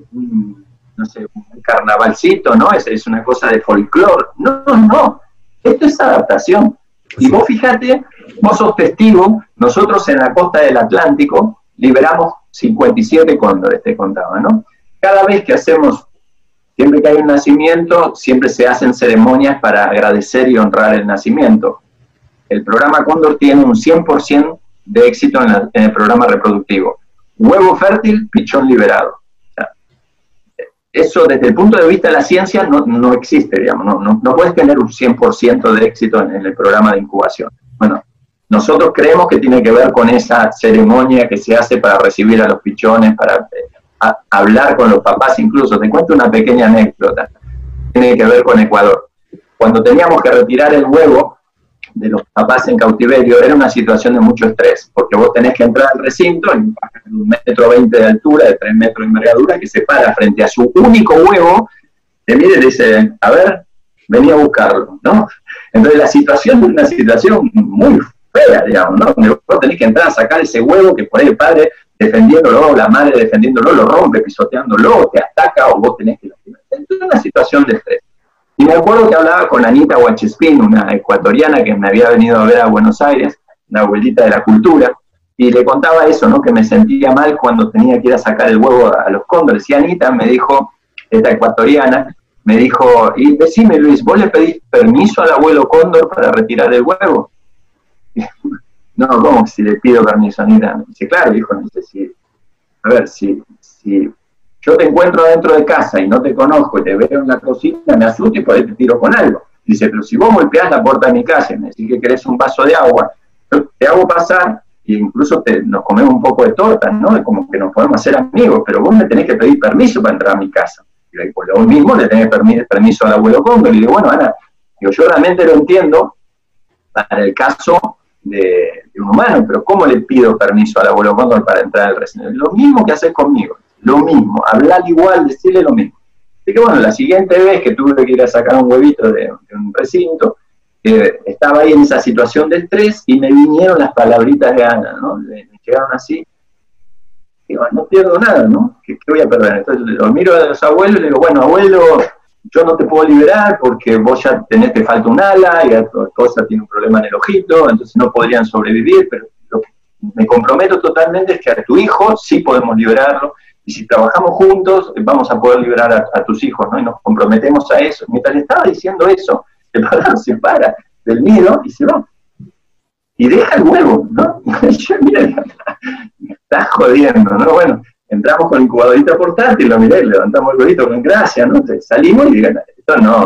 carnavalcito, ¿no? Es una cosa de folclore. No. Esto es adaptación. Y vos fíjate, vos sos testigo, nosotros en la costa del Atlántico liberamos 57 cóndores, te contaba, ¿no? Cada vez que siempre que hay un nacimiento, siempre se hacen ceremonias para agradecer y honrar el nacimiento. El programa Cóndor tiene un 100% de éxito en el programa reproductivo. Huevo fértil, pichón liberado. O sea, eso desde el punto de vista de la ciencia no existe, digamos, no puedes tener un 100% de éxito en el programa de incubación. Bueno, nosotros creemos que tiene que ver con esa ceremonia que se hace para recibir a los pichones, para hablar con los papás incluso. Te cuento una pequeña anécdota. tiene que ver con Ecuador. Cuando teníamos que retirar el huevo de los papás en cautiverio, era una situación de mucho estrés, porque vos tenés que entrar al recinto en un 1,20 m de altura, de 3 metros de envergadura, que se para frente a su único huevo, te mira y dice, a ver, vení a buscarlo, ¿no? Entonces la situación es una situación muy fea, digamos, ¿no? Donde vos tenés que entrar a sacar ese huevo que por ahí el padre defendiéndolo, la madre defendiéndolo, lo rompe, pisoteándolo, te ataca o vos tenés que lastimar. Entonces es una situación de estrés. Y me acuerdo que hablaba con Anita Huachespín, una ecuatoriana que me había venido a ver a Buenos Aires, una abuelita de la cultura, y le contaba eso, ¿no? Que me sentía mal cuando tenía que ir a sacar el huevo a los cóndores. Y Anita me dijo, esta ecuatoriana, me dijo, y decime Luis, ¿vos le pedís permiso al abuelo cóndor para retirar el huevo? No, ¿cómo si le pido permiso, Anita? Me dice, claro, hijo, a ver, si yo te encuentro dentro de casa y no te conozco y te veo en la cocina, me asusto y por ahí te tiro con algo. Dice, pero si vos golpeás la puerta de mi casa y me decís que querés un vaso de agua, yo te hago pasar e incluso nos comemos un poco de torta, ¿no? Como que nos podemos hacer amigos, pero vos me tenés que pedir permiso para entrar a mi casa. Y por lo mismo le tenés permiso al abuelo cóndor. Y digo, bueno, Ana, yo realmente lo entiendo para el caso de un humano, pero ¿cómo le pido permiso al abuelo cóndor para entrar al recinto? Lo mismo que haces conmigo, lo mismo, hablar igual, decirle lo mismo. Así que bueno, la siguiente vez que tuve que ir a sacar un huevito de un recinto, estaba ahí en esa situación de estrés y me vinieron las palabritas de Ana, ¿no? Me llegaron así. Digo, no pierdo nada, ¿no? ¿Qué voy a perder? Entonces lo miro a los abuelos y le digo, bueno, abuelo, yo no te puedo liberar porque vos ya te falta un ala y la cosa tiene un problema en el ojito, entonces no podrían sobrevivir, pero lo que me comprometo totalmente es que a tu hijo sí podemos liberarlo y si trabajamos juntos vamos a poder liberar a tus hijos, ¿no? Y nos comprometemos a eso. Mientras le estaba diciendo eso, el padre se para del nido y se va. Y deja el huevo, ¿no? Y yo, mira, me estás jodiendo, ¿no? Bueno, entramos con incubadorita portátil, lo miré, levantamos el huevito con gracia, ¿no? Entonces, salimos y digan, esto no.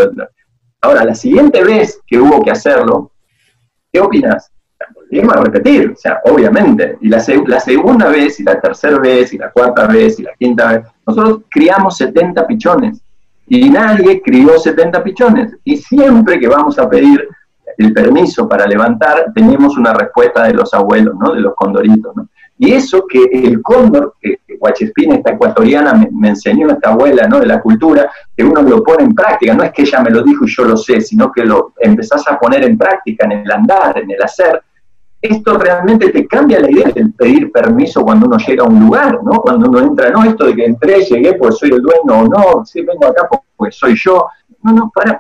Ahora, la siguiente vez que hubo que hacerlo, ¿qué opinas? Volvimos a repetir, o sea, obviamente. Y la segunda vez, y la tercera vez, y la cuarta vez, y la quinta vez, nosotros criamos 70 pichones. Y nadie crió 70 pichones. Y siempre que vamos a pedir el permiso para levantar, tenemos una respuesta de los abuelos, ¿no? De los condoritos, ¿no? Y eso que el cóndor, que Huachespín, esta ecuatoriana, me enseñó, esta abuela, ¿no? De la cultura, que uno lo pone en práctica, no es que ella me lo dijo y yo lo sé, sino que lo empezás a poner en práctica, en el andar, en el hacer. Esto realmente te cambia la idea de pedir permiso cuando uno llega a un lugar, ¿no? Cuando uno entra, no esto de que entré, llegué porque soy el dueño, o no, sí vengo acá porque soy yo. No, para.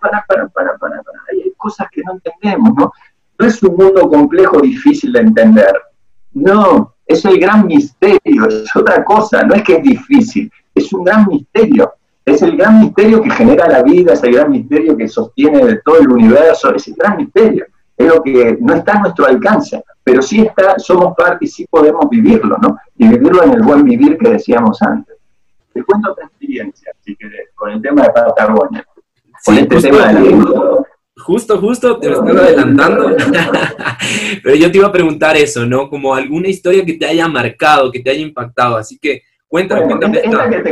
Hay cosas que no entendemos, ¿no? No es un mundo complejo, difícil de entender. No, es el gran misterio, es otra cosa, no es que es difícil, es un gran misterio. Es el gran misterio que genera la vida, es el gran misterio que sostiene todo el universo, es el gran misterio. Es lo que no está a nuestro alcance, pero sí está, somos parte y sí podemos vivirlo, ¿no? Y vivirlo en el buen vivir que decíamos antes. Te cuento otra experiencia, si querés, con el tema de Patagonia. Con sí, este tema de la Justo, te lo están adelantando. Pero yo te iba a preguntar eso, ¿no? Como alguna historia que te haya marcado, que te haya impactado. Así que cuéntame. Esta que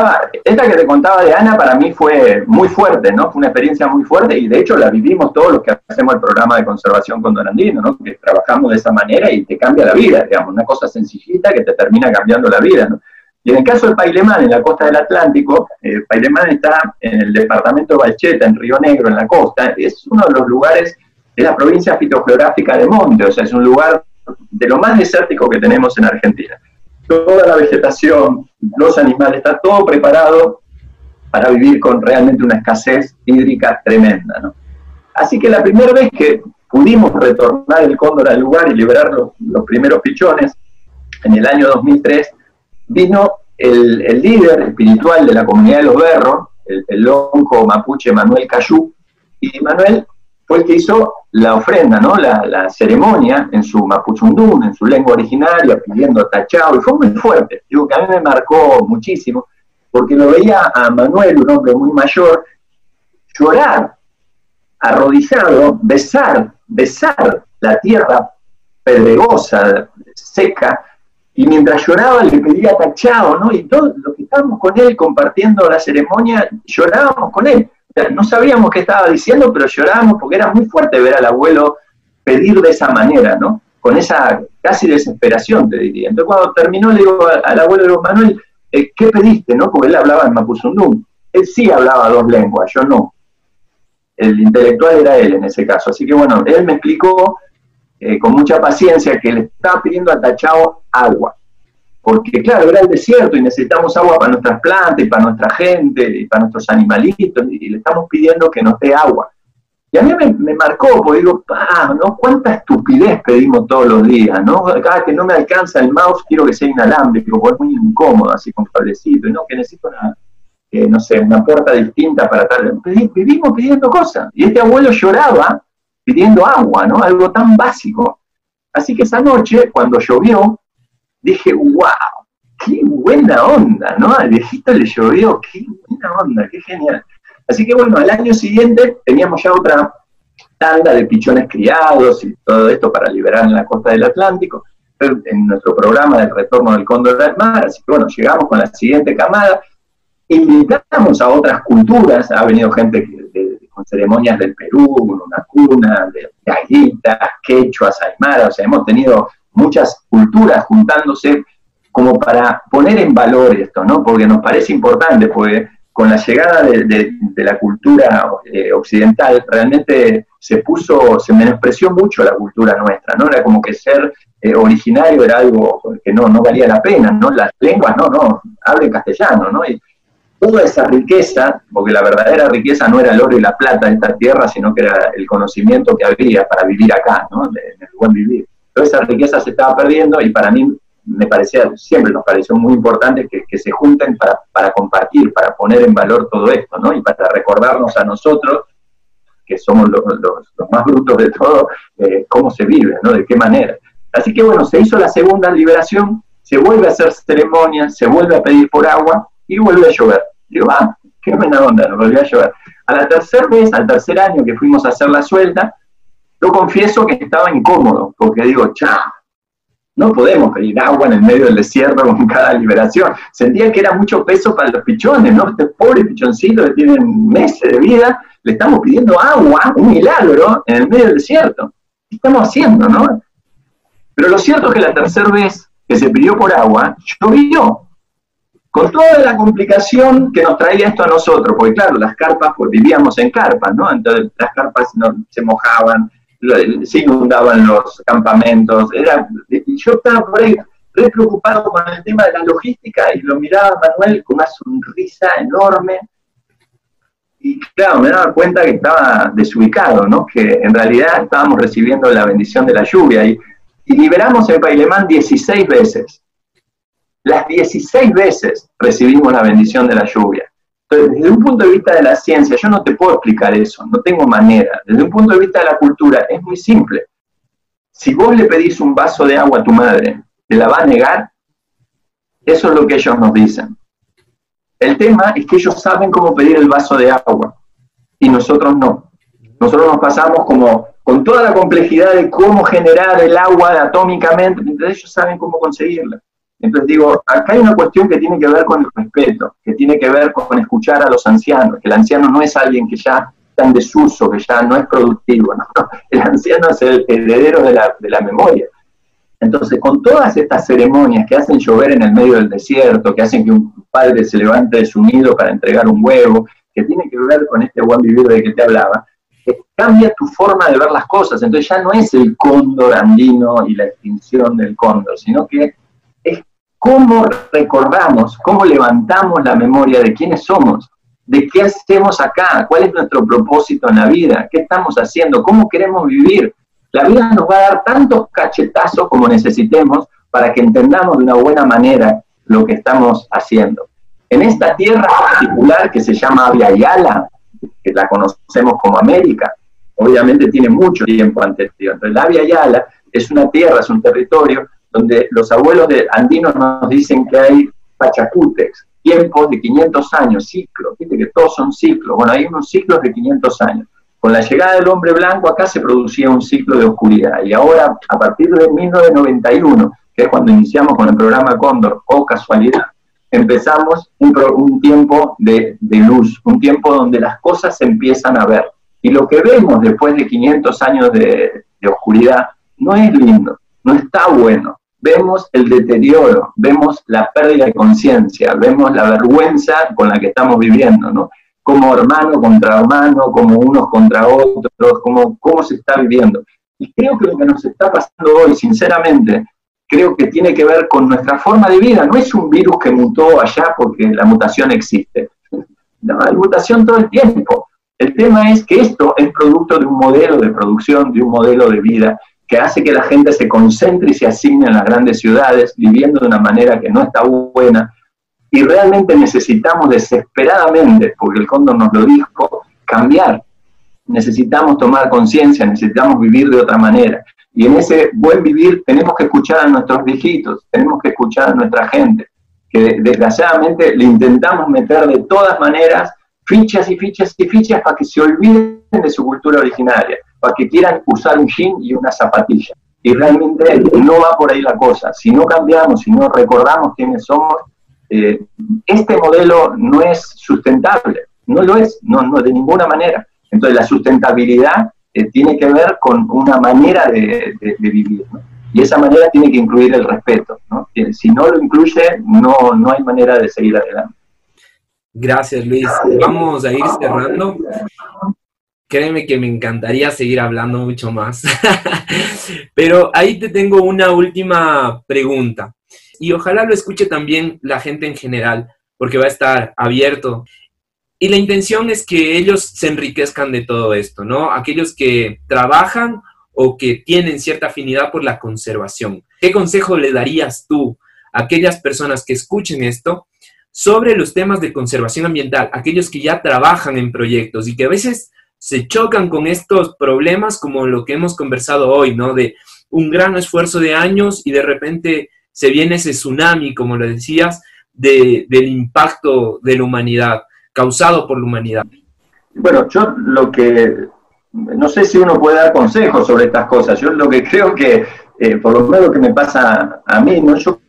te contaba de Ana para mí fue muy fuerte, ¿no? Fue una experiencia muy fuerte y de hecho la vivimos todos los que hacemos el programa de conservación condorandino, ¿no? Que trabajamos de esa manera y te cambia la vida, digamos, una cosa sencillita que te termina cambiando la vida, ¿no? Y en el caso de Pailemán, en la costa del Atlántico, Pailemán está en el departamento de Valcheta, en Río Negro, en la costa, es uno de los lugares de la provincia fitogeográfica de Monte, o sea, es un lugar de lo más desértico que tenemos en Argentina. Toda la vegetación, los animales, está todo preparado para vivir con realmente una escasez hídrica tremenda, ¿no? Así que la primera vez que pudimos retornar el cóndor al lugar y liberar los primeros pichones, en el año 2003, vino el líder espiritual de la comunidad de los Berros, el lonco mapuche Manuel Cayú, y Manuel fue el que hizo la ofrenda, ¿no? La ceremonia en su mapuchundún, en su lengua originaria, pidiendo tachao, y fue muy fuerte. Digo que a mí me marcó muchísimo, porque lo veía a Manuel, un hombre muy mayor, llorar, arrodillado, besar la tierra pedregosa, seca, y mientras lloraba le pedía tachao, ¿no? Y todos los que estábamos con él compartiendo la ceremonia, llorábamos con él, no sabíamos qué estaba diciendo, pero llorábamos porque era muy fuerte ver al abuelo pedir de esa manera, ¿no? Con esa casi desesperación, te diría. Entonces cuando terminó le digo al abuelo, le digo, Manuel, ¿qué pediste, no? Porque él hablaba en mapuzungún. Él sí hablaba 2 lenguas, yo no. El intelectual era él en ese caso. Así que bueno, él me explicó con mucha paciencia que le estaba pidiendo a Tachao agua. Porque claro, era el desierto y necesitamos agua para nuestras plantas y para nuestra gente y para nuestros animalitos y le estamos pidiendo que nos dé agua. Y a mí me marcó, porque digo, ¿no? Cuánta estupidez pedimos todos los días, ¿no? Cada que no me alcanza el mouse quiero que sea inalámbrico, porque es muy incómodo, así con cablecito, y no, que necesito no sé, una puerta distinta para tal. Vivimos pidiendo cosas. Y este abuelo lloraba pidiendo agua, ¿no? Algo tan básico. Así que esa noche, cuando llovió, dije, wow, qué buena onda, ¿no? Al viejito le llovió, qué buena onda, qué genial. Así que bueno, al año siguiente teníamos ya otra tanda de pichones criados y todo esto para liberar en la costa del Atlántico, en nuestro programa del retorno del cóndor al mar. Así que bueno, llegamos con la siguiente camada, invitamos a otras culturas, ha venido gente con ceremonias del Perú, con una cuna, de aguitas, quechuas, aymaras, o sea, hemos tenido muchas culturas juntándose como para poner en valor esto, ¿no? Porque nos parece importante, porque con la llegada de la cultura occidental, realmente se menospreció mucho la cultura nuestra, ¿no? Era como que ser originario era algo que no valía la pena, ¿no? Las lenguas, no, hablen castellano, ¿no? Y toda esa riqueza, porque la verdadera riqueza no era el oro y la plata de esta tierra, sino que era el conocimiento que había para vivir acá, ¿no? En el buen vivir. Toda esa riqueza se estaba perdiendo y para mí siempre nos pareció muy importante que se junten para compartir, para poner en valor todo esto, ¿no? Y para recordarnos a nosotros, que somos los más brutos de todo, cómo se vive, ¿no? De qué manera. Así que bueno, se hizo la segunda liberación, se vuelve a hacer ceremonia, se vuelve a pedir por agua y vuelve a llover. Digo, qué buena onda, nos volvió a llover. A la tercera vez, al tercer año que fuimos a hacer la suelta, yo confieso que estaba incómodo, porque digo, no podemos pedir agua en el medio del desierto con cada liberación. Sentía que era mucho peso para los pichones, ¿no? Este pobre pichoncito que tienen meses de vida, le estamos pidiendo agua, un milagro, en el medio del desierto. ¿Qué estamos haciendo, no? Pero lo cierto es que la tercera vez que se pidió por agua, llovió. Con toda la complicación que nos traía esto a nosotros, porque claro, las carpas, pues vivíamos en carpas, ¿no? Entonces las carpas se mojaban, se inundaban los campamentos, yo estaba por ahí re preocupado con el tema de la logística y lo miraba a Manuel con una sonrisa enorme y claro, me daba cuenta que estaba desubicado, ¿no? Que en realidad estábamos recibiendo la bendición de la lluvia y liberamos el Pailemán 16 veces. Las 16 veces recibimos la bendición de la lluvia. Entonces, desde un punto de vista de la ciencia, yo no te puedo explicar eso, no tengo manera. Desde un punto de vista de la cultura, es muy simple. Si vos le pedís un vaso de agua a tu madre, ¿te la va a negar? Eso es lo que ellos nos dicen. El tema es que ellos saben cómo pedir el vaso de agua, y nosotros no. Nosotros nos pasamos con toda la complejidad de cómo generar el agua atómicamente, entonces ellos saben cómo conseguirla. Entonces digo, acá hay una cuestión que tiene que ver con el respeto, que tiene que ver con escuchar a los ancianos, que el anciano no es alguien que ya está en desuso, que ya no es productivo, ¿no? El anciano es el heredero de la memoria. Entonces, con todas estas ceremonias que hacen llover en el medio del desierto, que hacen que un padre se levante de su nido para entregar un huevo, que tiene que ver con este buen vivir del que te hablaba, cambia tu forma de ver las cosas. Entonces ya no es el cóndor andino y la extinción del cóndor, sino que es cómo recordamos, cómo levantamos la memoria de quiénes somos, de qué hacemos acá, cuál es nuestro propósito en la vida, qué estamos haciendo, cómo queremos vivir. La vida nos va a dar tantos cachetazos como necesitemos para que entendamos de una buena manera lo que estamos haciendo. En esta tierra particular que se llama Abya Yala, que la conocemos como América, obviamente tiene mucho tiempo anterior. Entonces, la Abya Yala es una tierra, es un territorio donde los abuelos andinos nos dicen que hay pachacutex, tiempos de 500 años, ciclos, ¿viste? Que todos son ciclos. Bueno, hay unos ciclos de 500 años. Con la llegada del hombre blanco acá se producía un ciclo de oscuridad, y ahora, a partir de 1991, que es cuando iniciamos con el programa Cóndor, o casualidad, empezamos un tiempo de luz, un tiempo donde las cosas se empiezan a ver. Y lo que vemos después de 500 años de oscuridad no es lindo, no está bueno. Vemos el deterioro, vemos la pérdida de conciencia, vemos la vergüenza con la que estamos viviendo, ¿no? Como hermano contra hermano, como unos contra otros, cómo se está viviendo. Y creo que lo que nos está pasando hoy, sinceramente, creo que tiene que ver con nuestra forma de vida. No es un virus que mutó allá porque la mutación existe. No, hay mutación todo el tiempo. El tema es que esto es producto de un modelo de producción, de un modelo de vida, que hace que la gente se concentre y se asigne en las grandes ciudades, viviendo de una manera que no está buena, y realmente necesitamos desesperadamente, porque el Cóndor nos lo dijo, cambiar. Necesitamos tomar conciencia, necesitamos vivir de otra manera. Y en ese buen vivir tenemos que escuchar a nuestros viejitos, tenemos que escuchar a nuestra gente, que desgraciadamente le intentamos meter de todas maneras fichas y fichas y fichas para que se olviden de su cultura originaria, para que quieran usar un jean y una zapatilla. Y realmente no va por ahí la cosa. Si no cambiamos, si no recordamos quiénes somos, este modelo no es sustentable, no lo es, no de ninguna manera. Entonces la sustentabilidad tiene que ver con una manera de vivir, ¿no? Y esa manera tiene que incluir el respeto, ¿no? Si no lo incluye, no hay manera de seguir adelante. Gracias, Luis. Vamos a ir cerrando. Créeme que me encantaría seguir hablando mucho más. Pero ahí te tengo una última pregunta. Y ojalá lo escuche también la gente en general, porque va a estar abierto. Y la intención es que ellos se enriquezcan de todo esto, ¿no? Aquellos que trabajan o que tienen cierta afinidad por la conservación. ¿Qué consejo le darías tú a aquellas personas que escuchen esto sobre los temas de conservación ambiental? Aquellos que ya trabajan en proyectos y que a veces se chocan con estos problemas como lo que hemos conversado hoy, ¿no? De un gran esfuerzo de años y de repente se viene ese tsunami, como lo decías, del impacto de la humanidad, causado por la humanidad. Bueno, yo no sé si uno puede dar consejos sobre estas cosas. Yo lo que creo que, por lo menos lo que me pasa a mí, ¿no? Yo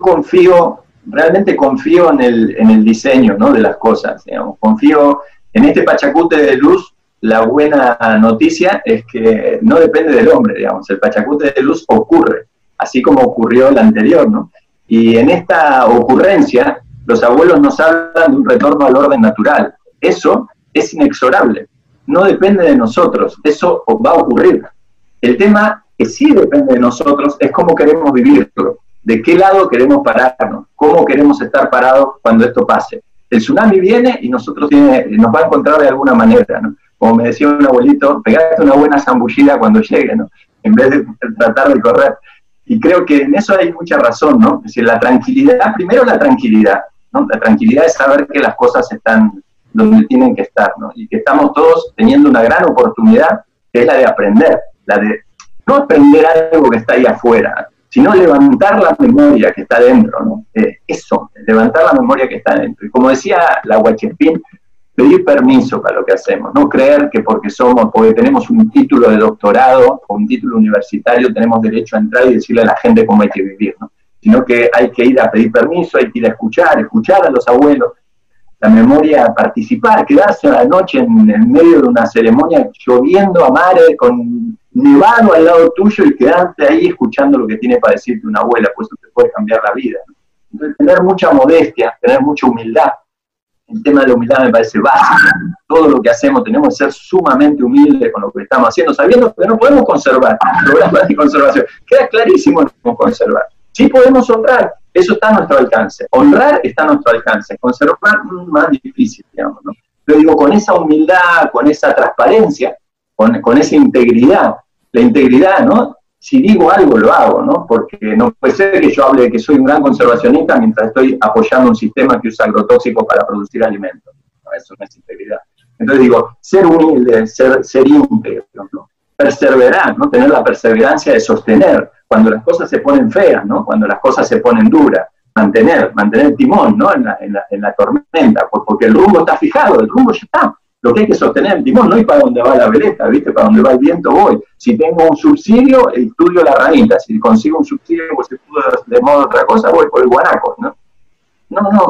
realmente confío en el diseño, ¿no? De las cosas, digamos. Confío en este Pachacute de luz. La buena noticia es que no depende del hombre, digamos. El Pachacute de luz ocurre, así como ocurrió el anterior, ¿no? Y en esta ocurrencia, los abuelos nos hablan de un retorno al orden natural. Eso es inexorable, no depende de nosotros, eso va a ocurrir. El tema que sí depende de nosotros es cómo queremos vivirlo, de qué lado queremos pararnos, cómo queremos estar parados cuando esto pase. El tsunami viene y nos va a encontrar de alguna manera, ¿no? Como me decía un abuelito, pegate una buena zambullida cuando llegue, ¿no? En vez de tratar de correr. Y creo que en eso hay mucha razón, ¿no? Es decir, la tranquilidad, primero la tranquilidad, ¿no? La tranquilidad es saber que las cosas están donde tienen que estar, ¿no? Y que estamos todos teniendo una gran oportunidad, que es la de aprender, la de no aprender algo que está ahí afuera, sino levantar la memoria que está dentro, ¿no? Levantar la memoria que está dentro. Y como decía la Huachepín, pedir permiso para lo que hacemos, no creer que porque tenemos un título de doctorado o un título universitario tenemos derecho a entrar y decirle a la gente cómo hay que vivir, ¿no? Sino que hay que ir a pedir permiso, hay que ir a escuchar a los abuelos, la memoria, participar, quedarse a la noche en medio de una ceremonia lloviendo a mares, con nevado al lado tuyo y quedarte ahí escuchando lo que tiene para decirte una abuela, pues eso te puede cambiar la vida, ¿no? Entonces, tener mucha modestia, tener mucha humildad. El tema de la humildad me parece básico. Todo lo que hacemos tenemos que ser sumamente humildes con lo que estamos haciendo, sabiendo que no podemos conservar. Programas de conservación. Queda clarísimo que no podemos conservar. Sí podemos honrar, eso está a nuestro alcance. Honrar está a nuestro alcance. Conservar más difícil, digamos, ¿no? Pero digo, con esa humildad, con esa transparencia, con esa integridad. La integridad, ¿no? Si digo algo, lo hago, ¿no? Porque no puede ser que yo hable de que soy un gran conservacionista mientras estoy apoyando un sistema que usa agrotóxicos para producir alimentos. No, eso no es integridad. Entonces digo, ser humilde, ser íntegro, ¿no? Perseverar, ¿no? Tener la perseverancia de sostener cuando las cosas se ponen feas, ¿no? Cuando las cosas se ponen duras. Mantener el timón, ¿no? En la tormenta, porque el rumbo está fijado, el rumbo ya está. Lo que hay que sostener el timón, no hay para dónde va la veleta, ¿viste? Para dónde va el viento voy. Si tengo un subsidio, estudio la ranita. Si consigo un subsidio, pues estudio de modo otra cosa, voy por el guanaco, ¿no? No.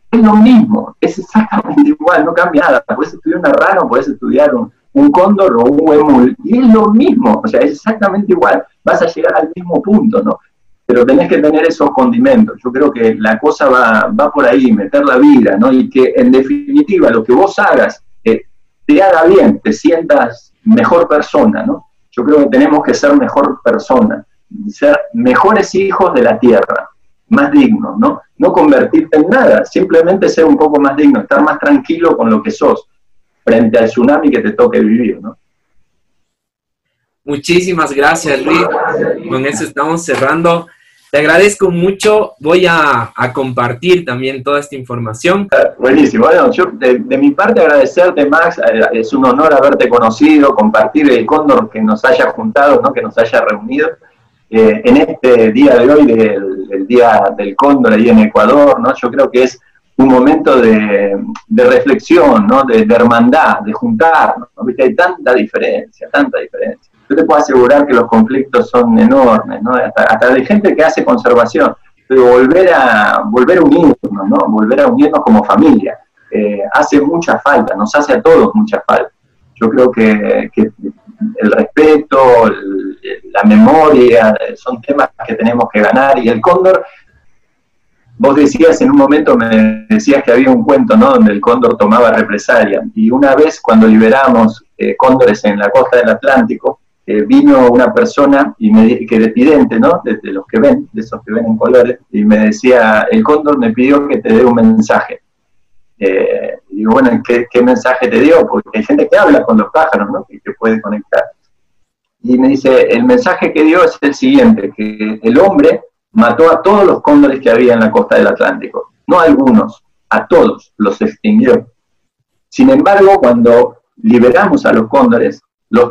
es lo mismo, es exactamente igual, no cambia nada. Puedes estudiar una rana o puedes estudiar un cóndor o un huemul, y es lo mismo, o sea, es exactamente igual, vas a llegar al mismo punto, ¿no? Pero tenés que tener esos condimentos. Yo creo que la cosa va por ahí, meter la vida, ¿no? Y que en definitiva lo que vos hagas te haga bien, te sientas mejor persona, ¿no? Yo creo que tenemos que ser mejor persona, ser mejores hijos de la tierra, más dignos, ¿no? No convertirte en nada, simplemente ser un poco más digno, estar más tranquilo con lo que sos, frente al tsunami que te toque vivir, ¿no? Muchísimas gracias, Luis. Con eso estamos cerrando. Te agradezco mucho. Voy a compartir también toda esta información. Buenísimo. Bueno, yo de mi parte agradecerte, Max. Es un honor haberte conocido, compartir el cóndor que nos haya juntado, ¿no? Que nos haya reunido en este día de hoy, el Día del Cóndor ahí en Ecuador, ¿no? Yo creo que es un momento de reflexión, ¿no? De hermandad, de juntarnos, ¿no? Porque hay tanta diferencia, tanta diferencia. Yo te puedo asegurar que los conflictos son enormes, ¿no? Hasta de gente que hace conservación, pero volver a unirnos, ¿no? Volver a unirnos como familia, hace mucha falta, nos hace a todos mucha falta. Yo creo que el respeto, la memoria, son temas que tenemos que ganar, y el cóndor, vos decías en un momento, me decías que había un cuento, ¿no? Donde el cóndor tomaba represalia, y una vez cuando liberamos cóndores en la costa del Atlántico, vino una persona que de vidente, ¿no? De los que ven, de esos que ven en colores, y me decía, el cóndor me pidió que te dé un mensaje. Y digo, bueno, ¿qué mensaje te dio? Porque hay gente que habla con los pájaros, ¿no? Que puede conectar. Y me dice, el mensaje que dio es el siguiente, que el hombre mató a todos los cóndores que había en la costa del Atlántico. No a algunos, a todos los extinguió. Sin embargo, cuando liberamos a los cóndores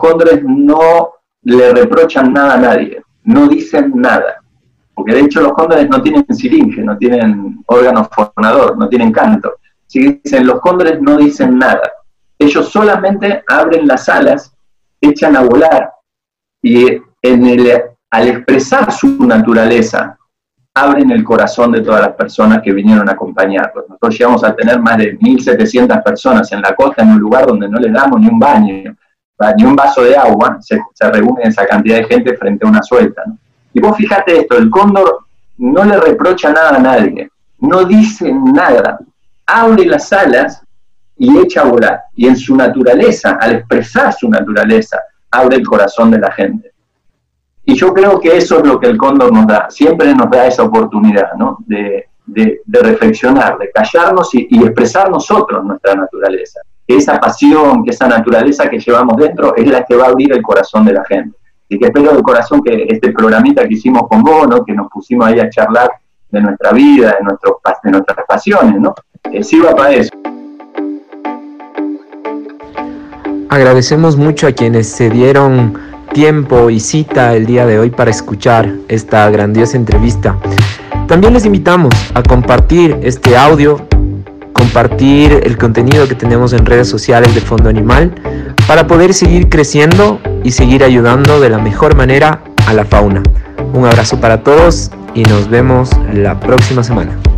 no le reprochan nada a nadie, no dicen nada, porque de hecho los cóndores no tienen siringe, no tienen órgano fonador, no tienen canto. Si dicen, los cóndores no dicen nada, ellos solamente abren las alas, echan a volar, y al expresar su naturaleza, abren el corazón de todas las personas que vinieron a acompañarlos. Nosotros llegamos a tener más de 1.700 personas en la costa, en un lugar donde no les damos ni un baño, ni un vaso de agua, se reúne esa cantidad de gente frente a una suelta, ¿no? Y vos fíjate esto, el cóndor no le reprocha nada a nadie, no dice nada, abre las alas y echa a volar, y en su naturaleza, al expresar su naturaleza, abre el corazón de la gente. Y yo creo que eso es lo que el cóndor nos da, siempre nos da esa oportunidad, ¿no? De reflexionar, de callarnos y expresar nosotros nuestra naturaleza. Que esa pasión, que esa naturaleza que llevamos dentro es la que va a abrir el corazón de la gente. Y que espero de corazón que este programita que hicimos con vos, ¿no? Que nos pusimos ahí a charlar de nuestra vida, de nuestras pasiones, ¿no? Sirva para eso. Agradecemos mucho a quienes se dieron tiempo y cita el día de hoy para escuchar esta grandiosa entrevista. También les invitamos a compartir este audio, compartir el contenido que tenemos en redes sociales de Fondo Animal para poder seguir creciendo y seguir ayudando de la mejor manera a la fauna. Un abrazo para todos y nos vemos la próxima semana.